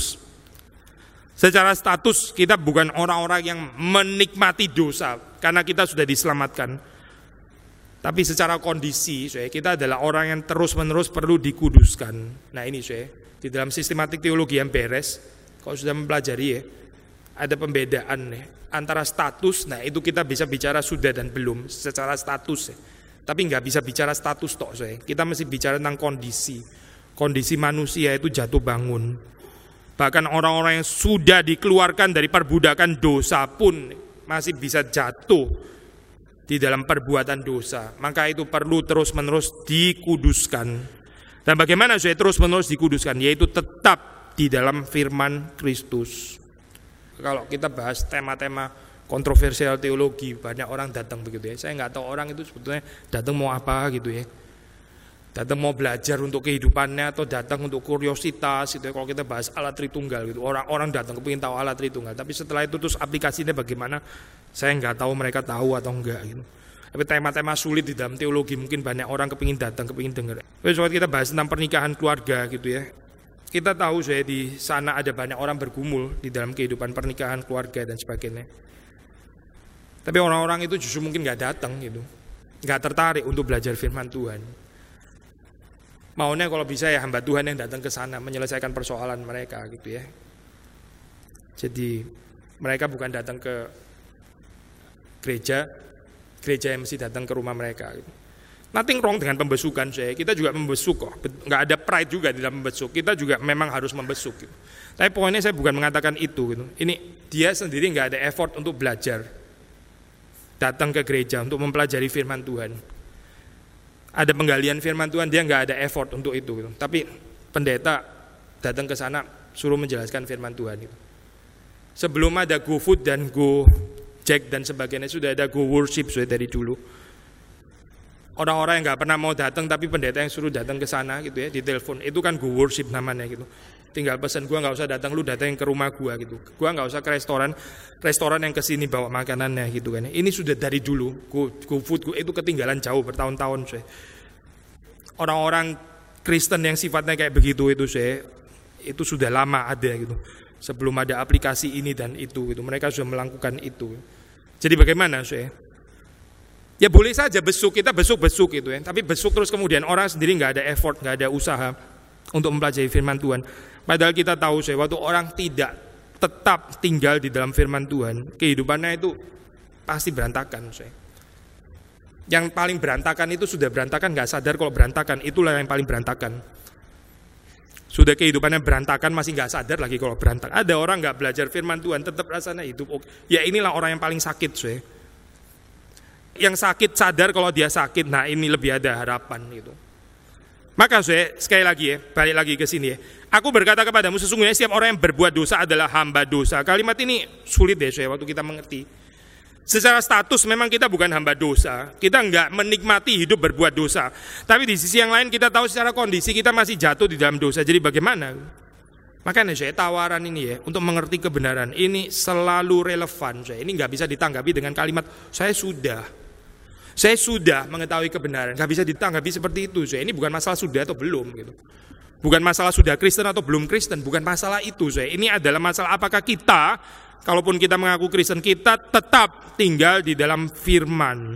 status kita bukan orang-orang yang menikmati dosa karena kita sudah diselamatkan. Tapi secara kondisi kita adalah orang yang terus-menerus perlu dikuduskan. Nah ini di dalam sistematik teologi yang beres, kalau sudah mempelajari ada pembedaan antara status, nah itu kita bisa bicara sudah dan belum secara status Tapi nggak bisa bicara status toh, saya. Kita mesti bicara tentang kondisi. Kondisi manusia itu jatuh bangun. Bahkan orang-orang yang sudah dikeluarkan dari perbudakan dosa pun masih bisa jatuh di dalam perbuatan dosa. Maka itu perlu terus-menerus dikuduskan. Dan bagaimana supaya terus-menerus dikuduskan? Yaitu tetap di dalam firman Kristus. Kalau kita bahas tema-tema kontroversial teologi, banyak orang datang begitu ya. Saya nggak tahu orang itu sebetulnya datang mau apa gitu ya. Datang mau belajar untuk kehidupannya atau datang untuk kuriositas gitu ya. Kalau kita bahas Allah Tritunggal gitu, orang-orang datang kepingin tahu Allah Tritunggal. Tapi setelah itu terus aplikasinya bagaimana? Saya nggak tahu mereka tahu atau enggak gitu. Tapi tema-tema sulit di dalam teologi mungkin banyak orang kepingin datang, kepingin dengar. Tapi soal kita bahas tentang pernikahan keluarga gitu ya. Kita tahu saya di sana ada banyak orang bergumul di dalam kehidupan pernikahan keluarga dan sebagainya. Tapi orang-orang itu justru mungkin nggak datang gitu, nggak tertarik untuk belajar firman Tuhan. Maunya kalau bisa ya hamba Tuhan yang datang ke sana menyelesaikan persoalan mereka gitu ya. Jadi mereka bukan datang ke gereja yang mesti datang ke rumah mereka gitu. Nothing wrong dengan pembesukan saya. Kita juga membesuk kok. Nggak ada pride juga di dalam membesuk. Kita juga memang harus membesuk gitu. Tapi poinnya saya bukan mengatakan itu gitu. Ini dia sendiri nggak ada effort untuk belajar. Datang ke gereja untuk mempelajari firman Tuhan. Ada penggalian firman Tuhan, dia nggak ada effort untuk itu gitu. Tapi pendeta datang ke sana suruh menjelaskan firman Tuhan itu. Sebelum ada GoFood dan Gojek dan sebagainya, sudah ada Go Worship sudah dari dulu. Orang-orang yang nggak pernah mau datang tapi pendeta yang suruh datang ke sana gitu ya, di telepon, itu kan Go Worship namanya gitu. Tinggal pesan, gua nggak usah datang, lu datang ke rumah gua gitu. Gua nggak usah ke restoran yang kesini bawa makanannya gitu kan. Ini sudah dari dulu. GoFood itu ketinggalan jauh bertahun-tahun saya. Orang-orang Kristen yang sifatnya kayak begitu itu saya, itu sudah lama ada gitu. Sebelum ada aplikasi ini dan itu gitu, mereka sudah melakukan itu. Jadi bagaimana saya? Ya boleh saja besuk, kita besuk gitu ya. Tapi besuk terus kemudian orang sendiri nggak ada effort, nggak ada usaha untuk mempelajari firman Tuhan. Padahal kita tahu saya, waktu orang tidak tetap tinggal di dalam firman Tuhan, kehidupannya itu pasti berantakan saya. Yang paling berantakan itu sudah berantakan, nggak sadar kalau berantakan, itulah yang paling berantakan. Sudah kehidupannya berantakan, masih nggak sadar lagi kalau berantakan. Ada orang nggak belajar firman Tuhan, tetap rasanya hidup oke. Ya inilah orang yang paling sakit saya. Yang sakit sadar kalau dia sakit, nah ini lebih ada harapan gitu. Maka saya sekali lagi ya, balik lagi ke sini ya. Aku berkata kepadamu, sesungguhnya setiap orang yang berbuat dosa adalah hamba dosa. Kalimat ini sulit deh saya waktu kita mengerti. Secara status memang kita bukan hamba dosa. Kita enggak menikmati hidup berbuat dosa. Tapi di sisi yang lain kita tahu secara kondisi kita masih jatuh di dalam dosa. Jadi bagaimana? Makanya saya tawaran ini ya, untuk mengerti kebenaran ini selalu relevan. Saya ini enggak bisa ditanggapi dengan kalimat saya sudah mengetahui kebenaran. Gak bisa ditanggapi seperti itu. Ini bukan masalah sudah atau belum gitu. Bukan masalah sudah Kristen atau belum Kristen. Bukan masalah itu. Ini adalah masalah apakah kita, kalaupun kita mengaku Kristen, kita tetap tinggal di dalam firman.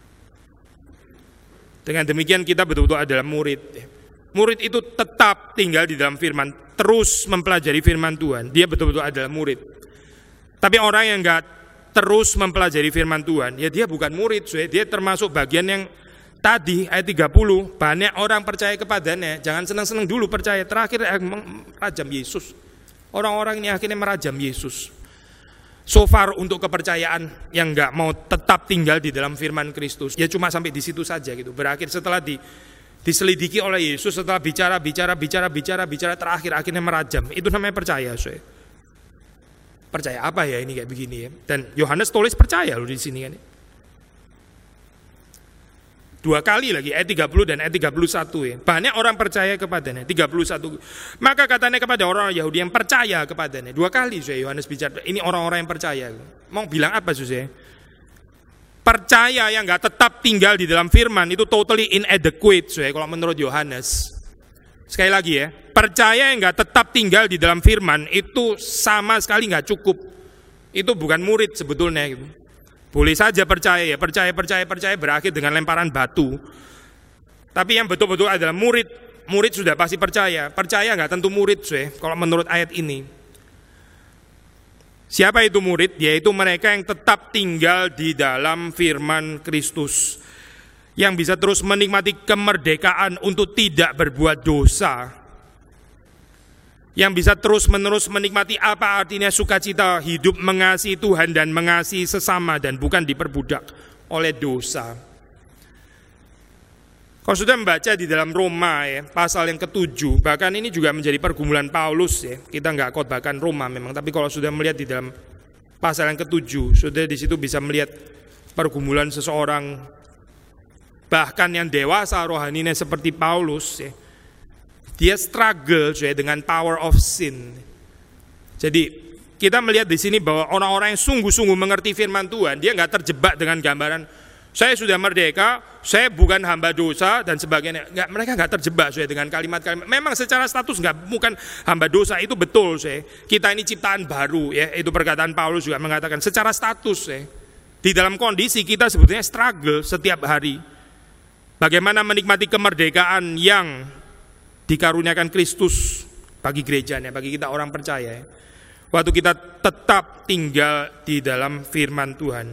Dengan demikian kita betul-betul adalah murid. Murid itu tetap tinggal di dalam firman, terus mempelajari firman Tuhan. Dia betul-betul adalah murid. Tapi orang yang gak terus mempelajari firman Tuhan, ya dia bukan murid, dia termasuk bagian yang tadi ayat 30, banyak orang percaya kepadanya. Jangan senang-senang dulu percaya, terakhir merajam Yesus. Orang-orang ini akhirnya merajam Yesus. So far untuk kepercayaan yang nggak mau tetap tinggal di dalam firman Kristus, ya cuma sampai di situ saja gitu. Berakhir setelah diselidiki oleh Yesus, setelah bicara terakhir akhirnya merajam. Itu namanya percaya, Percaya apa ya ini kayak begini ya? Dan Yohanes tulis percaya loh di sini kan. 2 kali lagi ayat 30 dan ayat 31 ya. Banyak orang percaya kepadanya. 31. Maka katanya kepada orang Yahudi yang percaya kepadanya. 2 kali Yohanes bicara. Ini orang-orang yang percaya. Mau bilang apa Percaya yang enggak tetap tinggal di dalam firman itu totally inadequate kalau menurut Yohanes. Sekali lagi ya, percaya yang nggak tetap tinggal di dalam firman itu sama sekali nggak cukup. Itu bukan murid sebetulnya. Gitu. Boleh saja percaya ya, percaya berakhir dengan lemparan batu. Tapi yang betul-betul adalah murid sudah pasti percaya. Percaya nggak tentu murid kalau menurut ayat ini. Siapa itu murid? Yaitu mereka yang tetap tinggal di dalam firman Kristus. yang bisa terus menikmati kemerdekaan untuk tidak berbuat dosa, yang bisa terus-menerus menikmati apa artinya sukacita hidup mengasihi Tuhan dan mengasihi sesama dan bukan diperbudak oleh dosa. Kalau sudah membaca di dalam Roma ya, pasal yang ke-7, bahkan ini juga menjadi pergumulan Paulus ya. Kita nggak khotbahkan Roma memang, tapi kalau sudah melihat di dalam pasal yang ke-7, sudah di situ bisa melihat pergumulan seseorang bahkan yang dewasa rohaninya seperti Paulus ya. Dia struggle ya, dengan power of sin. Jadi kita melihat di sini bahwa orang-orang yang sungguh-sungguh mengerti firman Tuhan, dia nggak terjebak dengan gambaran saya sudah merdeka, saya bukan hamba dosa dan sebagainya. Mereka nggak terjebak saya dengan kalimat-kalimat. Memang secara status bukan hamba dosa, itu betul saya. Kita ini ciptaan baru ya, itu perkataan Paulus juga mengatakan secara status saya. Di dalam kondisi kita sebetulnya struggle setiap hari. Bagaimana menikmati kemerdekaan yang dikaruniakan Kristus bagi gerejanya, bagi kita orang percaya. Waktu kita tetap tinggal di dalam firman Tuhan.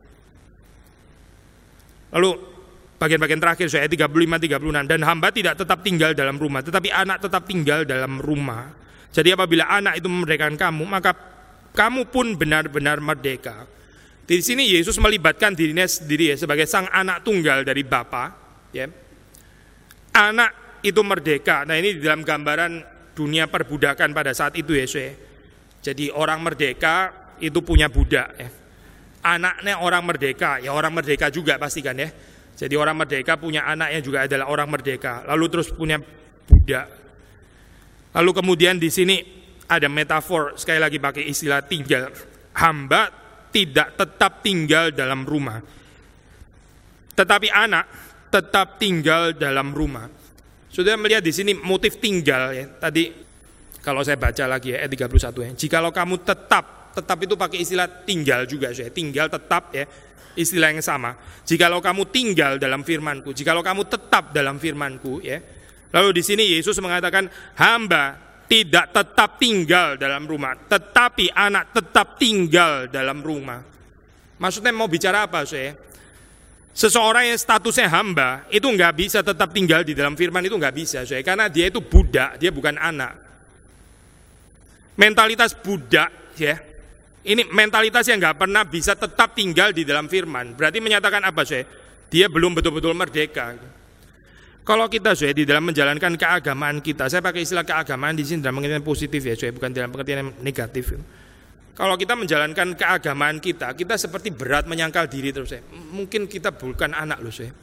Lalu bagian-bagian terakhir ayat 35-36, dan hamba tidak tetap tinggal dalam rumah, tetapi anak tetap tinggal dalam rumah. Jadi apabila anak itu memerdekakan kamu, maka kamu pun benar-benar merdeka. Di sini Yesus melibatkan dirinya sendiri ya, sebagai sang anak tunggal dari Bapa. Ya. Anak itu merdeka. Nah ini di dalam gambaran dunia perbudakan pada saat itu ya. Jadi orang merdeka itu punya budak ya. Anaknya orang merdeka, ya orang merdeka juga pastikan ya. Jadi orang merdeka punya anaknya juga adalah orang merdeka. Lalu terus punya budak. Lalu kemudian di sini ada metafor, sekali lagi pakai istilah tinggal. Hamba tidak tetap tinggal dalam rumah, tetapi anak tetap tinggal dalam rumah. Sudah melihat di sini motif tinggal ya. Tadi kalau saya baca lagi ya ayat 31 ya. Jikalau kamu tetap itu pakai istilah tinggal juga saya. Tinggal tetap ya, istilah yang sama. Jikalau kamu tinggal dalam firman-Ku, jikalau kamu tetap dalam firman-Ku ya. Lalu di sini Yesus mengatakan hamba tidak tetap tinggal dalam rumah, tetapi anak tetap tinggal dalam rumah. Maksudnya mau bicara apa saya? Seseorang yang statusnya hamba itu nggak bisa tetap tinggal di dalam firman, itu nggak bisa saya, karena dia itu budak, dia bukan anak. Mentalitas budak ya, ini mentalitas yang nggak pernah bisa tetap tinggal di dalam firman. Berarti menyatakan apa saya? Dia belum betul-betul merdeka. Kalau kita saya di dalam menjalankan keagamaan kita, saya pakai istilah keagamaan di sini dalam pengertian positif ya, saya bukan dalam pengertian yang negatif. Kalau kita menjalankan keagamaan kita seperti berat menyangkal diri terus saya. Mungkin kita bukan anak loh saya.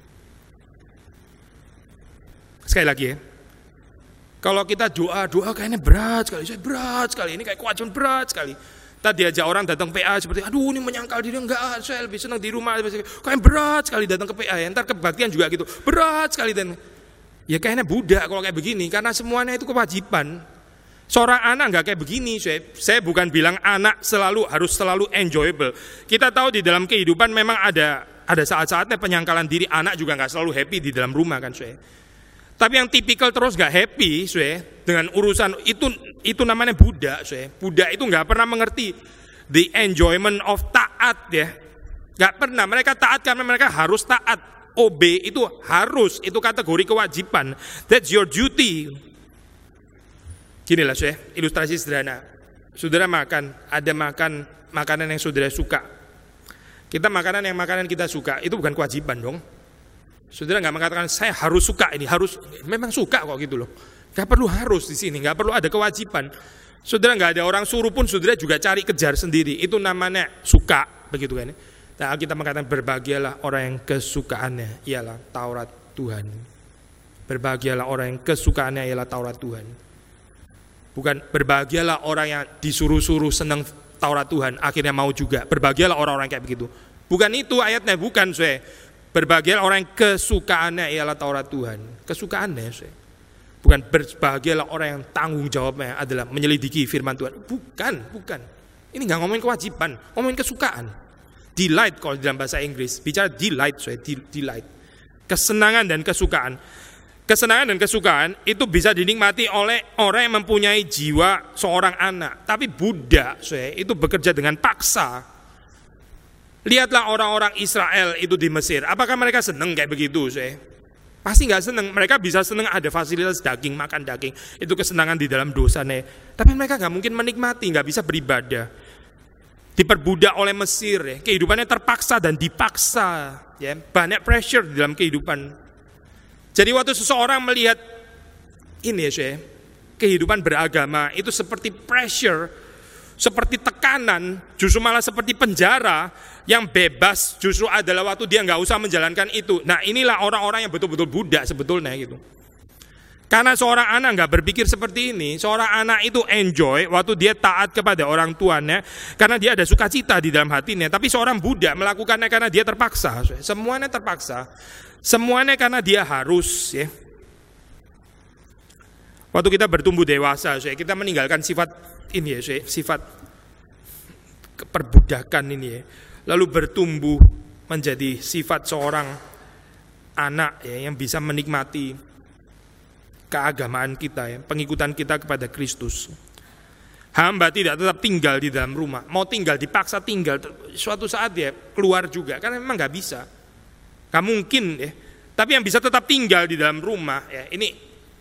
Sekali lagi ya. Kalau kita doa kayaknya berat sekali, saya berat sekali. Ini kayak kewajiban berat sekali. Tadi aja orang datang PA seperti, aduh ini menyangkal diri, enggak, saya lebih senang di rumah. Kayaknya berat sekali datang ke PA, ya. Ntar kebaktian juga gitu, berat sekali. Dan ya kayaknya budak kalau kayak begini, karena semuanya itu kewajiban. Seorang anak enggak kayak begini. Saya bukan bilang anak harus selalu enjoyable. Kita tahu di dalam kehidupan memang ada saat-saatnya penyangkalan diri. Anak juga enggak selalu happy di dalam rumah kan, Tapi yang tipikal terus gak happy, dengan urusan itu namanya budak, Budak itu gak pernah mengerti the enjoyment of taat ya. Gak pernah, mereka taat karena mereka harus taat. OB itu harus, itu kategori kewajiban. That's your duty. Ginilah ilustrasi sederhana. Saudara ada makanan yang saudara suka. Kita makanan kita suka, itu bukan kewajiban dong. Saudara nggak mengatakan saya harus suka ini, harus memang suka kok gitu loh. Nggak perlu harus di sini, nggak perlu ada kewajiban. Saudara nggak ada orang suruh pun saudara juga cari kejar sendiri. Itu namanya suka, begitu kan? Nah, kita mengatakan berbahagialah orang yang kesukaannya ialah Taurat Tuhan. Berbahagialah orang yang kesukaannya ialah Taurat Tuhan. Bukan berbahagialah orang yang disuruh-suruh senang Taurat Tuhan akhirnya mau juga. Berbahagialah orang-orang kayak begitu. Bukan itu ayatnya, bukan Berbahagialah orang yang kesukaannya ialah Taurat Tuhan. Kesukaannya bukan berbahagialah orang yang tanggung jawabnya adalah menyelidiki firman Tuhan. Bukan. Ini nggak ngomongin kewajiban, ngomongin kesukaan. Delight kalau dalam bahasa Inggris, bicara delight, delight. Kesenangan dan kesukaan. Kesenangan dan kesukaan itu bisa dinikmati oleh orang yang mempunyai jiwa seorang anak. Tapi budak, itu bekerja dengan paksa. Lihatlah orang-orang Israel itu di Mesir. Apakah mereka senang kayak begitu? Pasti nggak senang. Mereka bisa senang ada fasilitas daging, makan daging. Itu kesenangan di dalam dosanya. Tapi mereka nggak mungkin menikmati, nggak bisa beribadah. Diperbudak oleh Mesir, ya. Kehidupannya terpaksa dan dipaksa, ya. Banyak pressure di dalam kehidupan. Jadi waktu seseorang melihat ini, ya, kehidupan beragama itu seperti pressure, seperti tekanan, justru malah seperti penjara. Yang bebas justru adalah waktu dia nggak usah menjalankan itu. Nah, inilah orang-orang yang betul-betul budak sebetulnya gitu. Karena seorang anak nggak berpikir seperti ini. Seorang anak itu enjoy waktu dia taat kepada orang tuanya, karena dia ada sukacita di dalam hatinya. Tapi seorang budak melakukannya karena dia terpaksa. Semuanya terpaksa. Semuanya karena dia harus, ya. Waktu kita bertumbuh dewasa, kita meninggalkan sifat ini, ya, sifat perbudakan ini, ya. Lalu bertumbuh menjadi sifat seorang anak, ya, yang bisa menikmati keagamaan kita, ya, pengikutan kita kepada Kristus. Hamba tidak tetap tinggal di dalam rumah, mau tinggal dipaksa tinggal, suatu saat ya keluar juga, karena memang nggak bisa, nggak mungkin, ya. Tapi yang bisa tetap tinggal di dalam rumah, ya, ini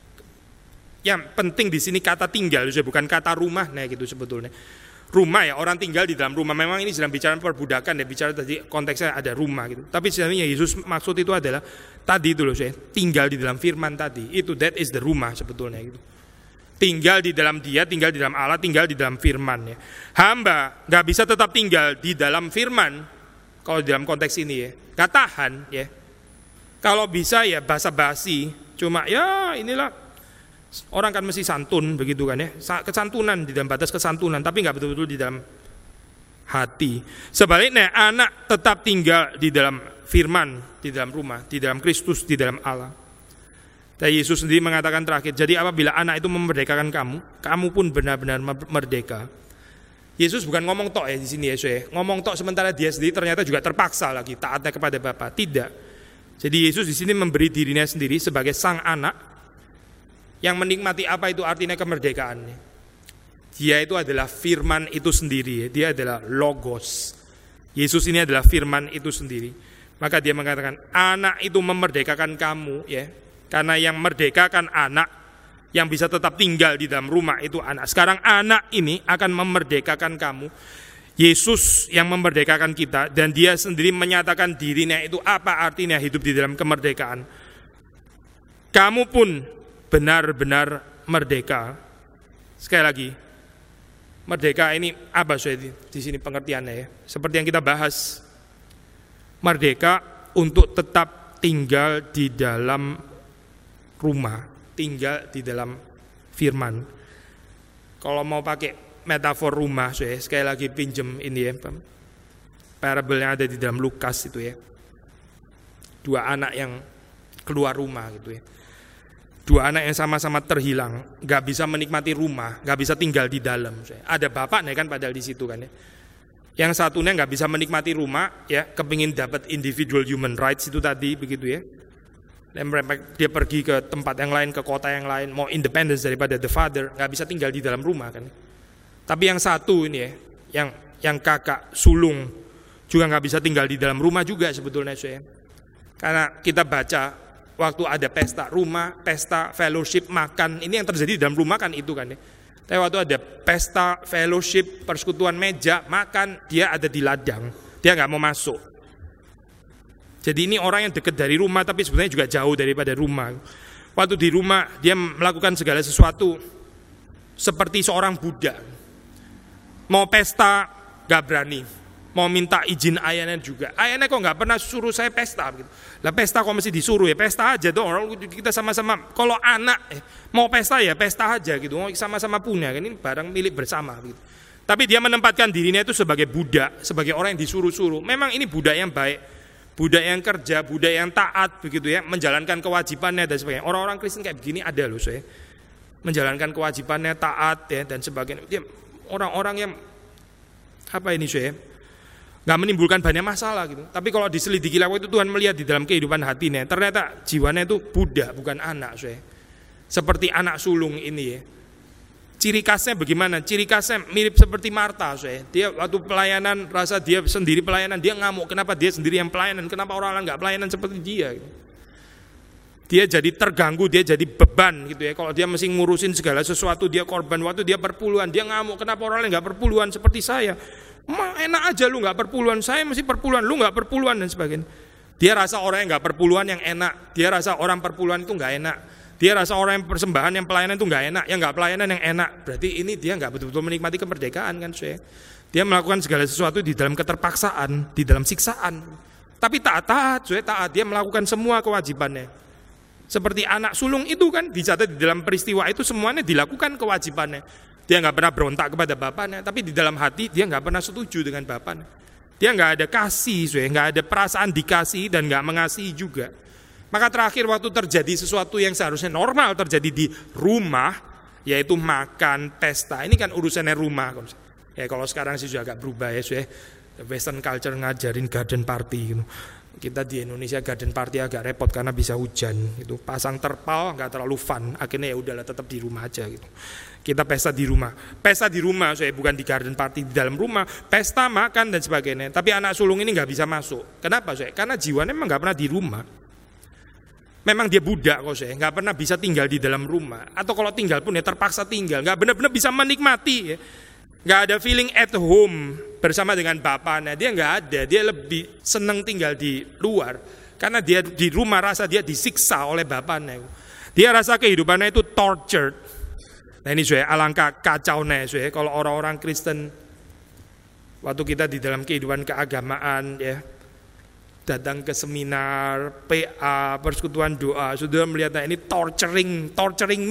yang penting di sini kata tinggal, bukan kata rumah, nah gitu sebetulnya. Rumah, ya, orang tinggal di dalam rumah. Memang ini sedang bicara perbudakan, ya, bicara tadi konteksnya ada rumah gitu. Tapi sebenarnya Yesus maksud itu adalah tadi itu loh, tinggal di dalam firman tadi. Itu that is the rumah sebetulnya gitu. Tinggal di dalam Dia, tinggal di dalam Allah, tinggal di dalam firman, ya. Hamba nggak bisa tetap tinggal di dalam firman kalau di dalam konteks ini, ya. Nggak tahan, ya. Kalau bisa ya basa-basi, cuma ya inilah. Orang kan mesti santun begitu kan, ya, kesantunan di dalam batas kesantunan, tapi nggak betul-betul di dalam hati. Sebaliknya anak tetap tinggal di dalam firman, di dalam rumah, di dalam Kristus, di dalam Allah. Dan Yesus sendiri mengatakan terakhir, jadi apabila anak itu memerdekakan kamu, kamu pun benar-benar merdeka. Yesus bukan ngomong tok, ya, di sini, ya, ngomong tok sementara dia sendiri ternyata juga terpaksa lagi taatnya kepada Bapa. Tidak. Jadi Yesus di sini memberi dirinya sendiri sebagai sang anak yang menikmati apa itu artinya kemerdekaan. Dia itu adalah firman itu sendiri, dia adalah logos. Yesus ini adalah firman itu sendiri. Maka dia mengatakan anak itu memerdekakan kamu, ya. Karena yang merdekakan anak, yang bisa tetap tinggal di dalam rumah itu anak. Sekarang anak ini akan memerdekakan kamu. Yesus yang memerdekakan kita, dan dia sendiri menyatakan dirinya itu apa artinya hidup di dalam kemerdekaan. Kamu pun benar-benar merdeka. Sekali lagi, merdeka ini apa di sini pengertiannya, ya? Seperti yang kita bahas, merdeka untuk tetap tinggal di dalam rumah, tinggal di dalam firman. Kalau mau pakai metafor rumah, sekali lagi pinjem ini, ya, parable yang ada di dalam Lukas itu, ya. Dua anak yang keluar rumah gitu, ya. Dua anak yang sama-sama terhilang, nggak bisa menikmati rumah, nggak bisa tinggal di dalam. Ada bapaknya kan padahal di situ kan, ya. Yang satunya nggak bisa menikmati rumah, ya, kepingin dapat individual human rights itu tadi begitu, ya. Dan dia pergi ke tempat yang lain, ke kota yang lain, mau independence daripada the father, nggak bisa tinggal di dalam rumah kan. Tapi yang satu ini, ya, yang kakak sulung juga nggak bisa tinggal di dalam rumah juga sebetulnya, ya. Karena kita baca waktu ada pesta rumah, pesta fellowship, makan, ini yang terjadi di dalam rumah kan itu kan, ya. Tapi waktu ada pesta fellowship, persekutuan meja, makan, dia ada di ladang, dia nggak mau masuk. Jadi ini orang yang dekat dari rumah tapi sebenarnya juga jauh daripada rumah. Waktu di rumah dia melakukan segala sesuatu seperti seorang budak. Mau pesta nggak berani, mau minta izin ayahnya juga. Ayahnya kok nggak pernah suruh saya pesta gitu. Lah pesta kok mesti disuruh, ya pesta aja dong. Kita sama-sama. Kalau anak mau pesta ya pesta aja gitu. Sama-sama punya kan, ini barang milik bersama gitu. Tapi dia menempatkan dirinya itu sebagai budak, sebagai orang yang disuruh-suruh. Memang ini budak yang baik, budak yang kerja, budak yang taat begitu, ya, menjalankan kewajibannya dan sebagainya. Orang-orang Kristen kayak begini ada loh, saya. Menjalankan kewajibannya, taat, ya, dan sebagainya. Dia orang-orang yang apa ini, saya, nggak menimbulkan banyak masalah gitu. Tapi kalau diselidiki lagi itu Tuhan melihat di dalam kehidupan hatinya, ternyata jiwanya itu budak, bukan anak, saya. Seperti anak sulung ini, ya. Ciri khasnya bagaimana? Ciri khasnya mirip seperti Marta. Dia waktu pelayanan, rasa dia sendiri pelayanan, dia ngamuk. Kenapa dia sendiri yang pelayanan? Kenapa orang lain nggak pelayanan seperti dia? Dia jadi terganggu, dia jadi beban gitu ya. Kalau dia mesti ngurusin segala sesuatu, dia korban. Waktu dia perpuluhan, dia ngamuk. Kenapa orang lain nggak perpuluhan seperti saya? Enak aja lu nggak perpuluhan, saya mesti perpuluhan, lu nggak perpuluhan dan sebagainya. Dia rasa orang yang nggak perpuluhan yang enak. Dia rasa orang perpuluhan itu nggak enak. Dia rasa orang yang persembahan, yang pelayanan itu nggak enak, yang nggak pelayanan yang enak. Berarti ini dia nggak betul-betul menikmati kemerdekaan kan, saya. Dia melakukan segala sesuatu di dalam keterpaksaan, di dalam siksaan. Tapi taat, dia melakukan semua kewajibannya. Seperti anak sulung itu kan, dicatat di dalam peristiwa itu semuanya dilakukan kewajibannya. Dia nggak pernah berontak kepada bapaknya, tapi di dalam hati dia nggak pernah setuju dengan bapaknya. Dia nggak ada kasih, nggak ada perasaan dikasih dan nggak mengasihi juga. Maka terakhir waktu terjadi sesuatu yang seharusnya normal terjadi di rumah, yaitu makan, pesta. Ini kan urusannya rumah. Ya kalau sekarang sih sudah agak berubah ya, Western culture ngajarin garden party gitu. Kita di Indonesia garden party agak repot karena bisa hujan gitu. Pasang terpal nggak terlalu fun. Akhirnya ya udahlah tetap di rumah aja gitu. Kita pesta di rumah. Pesta di rumah, bukan di garden party di dalam rumah. Pesta, makan dan sebagainya. Tapi anak sulung ini nggak bisa masuk. Kenapa, Karena jiwanya memang nggak pernah di rumah. Memang dia budak kok, nggak pernah bisa tinggal di dalam rumah. Atau kalau tinggal pun ya terpaksa tinggal, nggak benar-benar bisa menikmati. Nggak ada feeling at home bersama dengan bapaknya. Dia nggak ada, dia lebih senang tinggal di luar. Karena dia di rumah rasa dia disiksa oleh bapaknya. Dia rasa kehidupannya itu tortured. Nah ini alangkah kacaunya kalau orang-orang Kristen waktu kita di dalam kehidupan keagamaan ya. Datang ke seminar, PA, persekutuan doa, saudara melihatnya ini torturing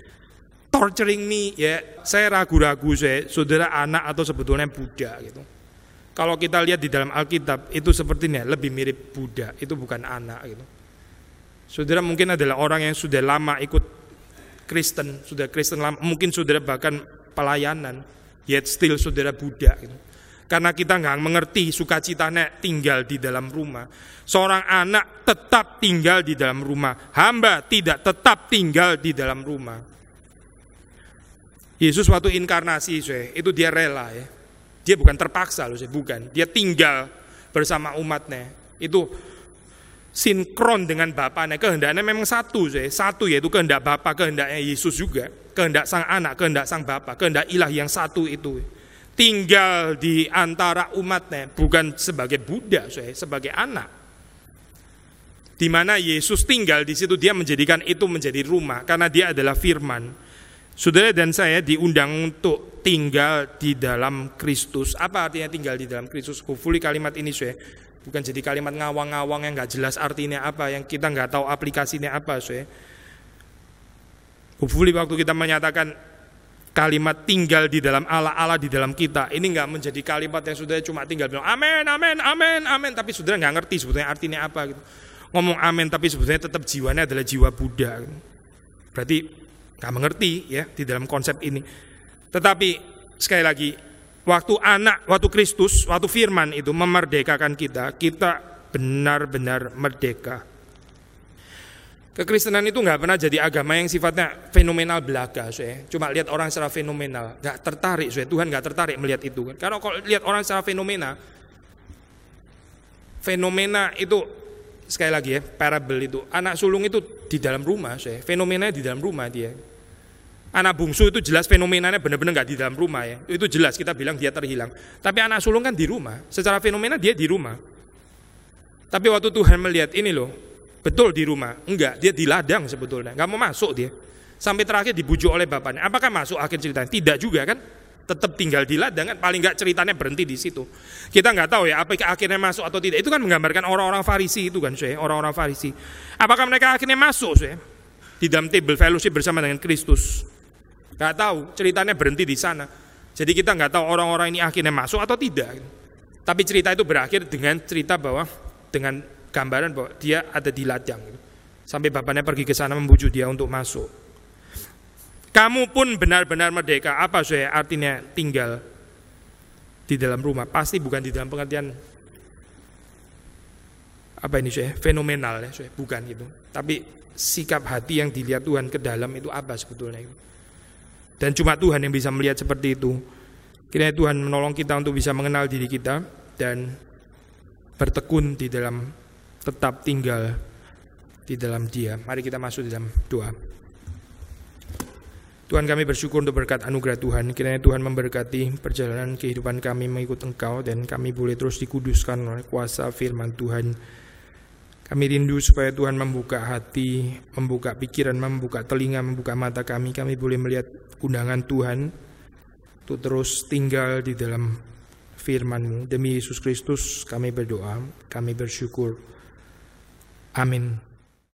me, ya. Saya ragu-ragu, saudara anak atau sebetulnya budak gitu. Kalau kita lihat di dalam Alkitab itu sepertinya lebih mirip budak, itu bukan anak gitu. Saudara mungkin adalah orang yang sudah lama ikut Kristen, sudah Kristen lama, mungkin saudara bahkan pelayanan, yet still saudara budak gitu. Karena kita nggak mengerti sukacitanya tinggal di dalam rumah. Seorang anak tetap tinggal di dalam rumah. Hamba tidak tetap tinggal di dalam rumah. Yesus waktu inkarnasi, itu dia rela ya. Dia bukan terpaksa loh, bukan. Dia tinggal bersama umatnya. Itu sinkron dengan Bapaknya. Kehendaknya memang satu, satu yaitu kehendak Bapa, kehendaknya Yesus juga. Kehendak sang anak, kehendak sang Bapa, kehendak ilahi yang satu itu. Tinggal di antara umatnya, bukan sebagai budak, sebagai anak. Di mana Yesus tinggal di situ, dia menjadikan itu menjadi rumah, karena dia adalah firman. Saudara dan saya diundang untuk tinggal di dalam Kristus. Apa artinya tinggal di dalam Kristus? Hopefully kalimat ini bukan jadi kalimat ngawang-ngawang yang nggak jelas artinya apa, yang kita nggak tahu aplikasinya apa. Hopefully waktu kita menyatakan kalimat tinggal di dalam Allah di dalam kita, ini nggak menjadi kalimat yang sudah cuma tinggal bilang amin, amin, amin, amin, tapi saudara nggak ngerti sebetulnya artinya apa gitu. Ngomong amin tapi sebetulnya tetap jiwanya adalah jiwa Buddha gitu. Berarti nggak mengerti ya di dalam konsep ini. Tetapi sekali lagi, waktu Kristus, waktu firman itu memerdekakan kita benar-benar merdeka. Kekristenan itu nggak pernah jadi agama yang sifatnya fenomenal belaka, cuma lihat orang secara fenomenal, nggak tertarik, Tuhan nggak tertarik melihat itu kan. Karena kalau lihat orang secara fenomena itu sekali lagi ya, parable itu, anak sulung itu di dalam rumah, fenomenanya di dalam rumah dia. Anak bungsu itu jelas fenomenanya benar-benar nggak di dalam rumah ya, itu jelas kita bilang dia terhilang. Tapi anak sulung kan di rumah, secara fenomena dia di rumah. Tapi waktu Tuhan melihat ini loh, betul di rumah, enggak, dia di ladang sebetulnya, nggak mau masuk dia. Sampai terakhir dibujuk oleh bapaknya. Apakah masuk akhir ceritanya? Tidak juga kan, tetap tinggal di ladang kan, paling nggak ceritanya berhenti di situ. Kita nggak tahu ya, apakah akhirnya masuk atau tidak. Itu kan menggambarkan orang-orang Farisi itu kan, orang-orang Farisi. Apakah mereka akhirnya masuk, di dalam table fellowship bersama dengan Kristus? Nggak tahu, ceritanya berhenti di sana. Jadi kita nggak tahu orang-orang ini akhirnya masuk atau tidak. Tapi cerita itu berakhir dengan cerita bahwa dengan gambaran bahwa dia ada di ladang sampai bapaknya pergi ke sana membujuk dia untuk masuk. Kamu pun benar-benar merdeka. Apa artinya tinggal di dalam rumah? Pasti bukan di dalam pengertian apa ini fenomenal ya, bukan gitu. Tapi sikap hati yang dilihat Tuhan ke dalam itu apa sebetulnya itu? Dan cuma Tuhan yang bisa melihat seperti itu. Kiranya Tuhan menolong kita untuk bisa mengenal diri kita dan bertekun di dalam, tetap tinggal di dalam Dia. Mari kita masuk di dalam doa. Tuhan, kami bersyukur untuk berkat anugerah Tuhan. Kiranya Tuhan memberkati perjalanan kehidupan kami mengikut Engkau, dan kami boleh terus dikuduskan oleh kuasa firman Tuhan. Kami rindu supaya Tuhan membuka hati, membuka pikiran, membuka telinga, membuka mata kami. Kami boleh melihat undangan Tuhan untuk terus tinggal di dalam firman-Mu. Demi Yesus Kristus kami berdoa, kami bersyukur. Amin.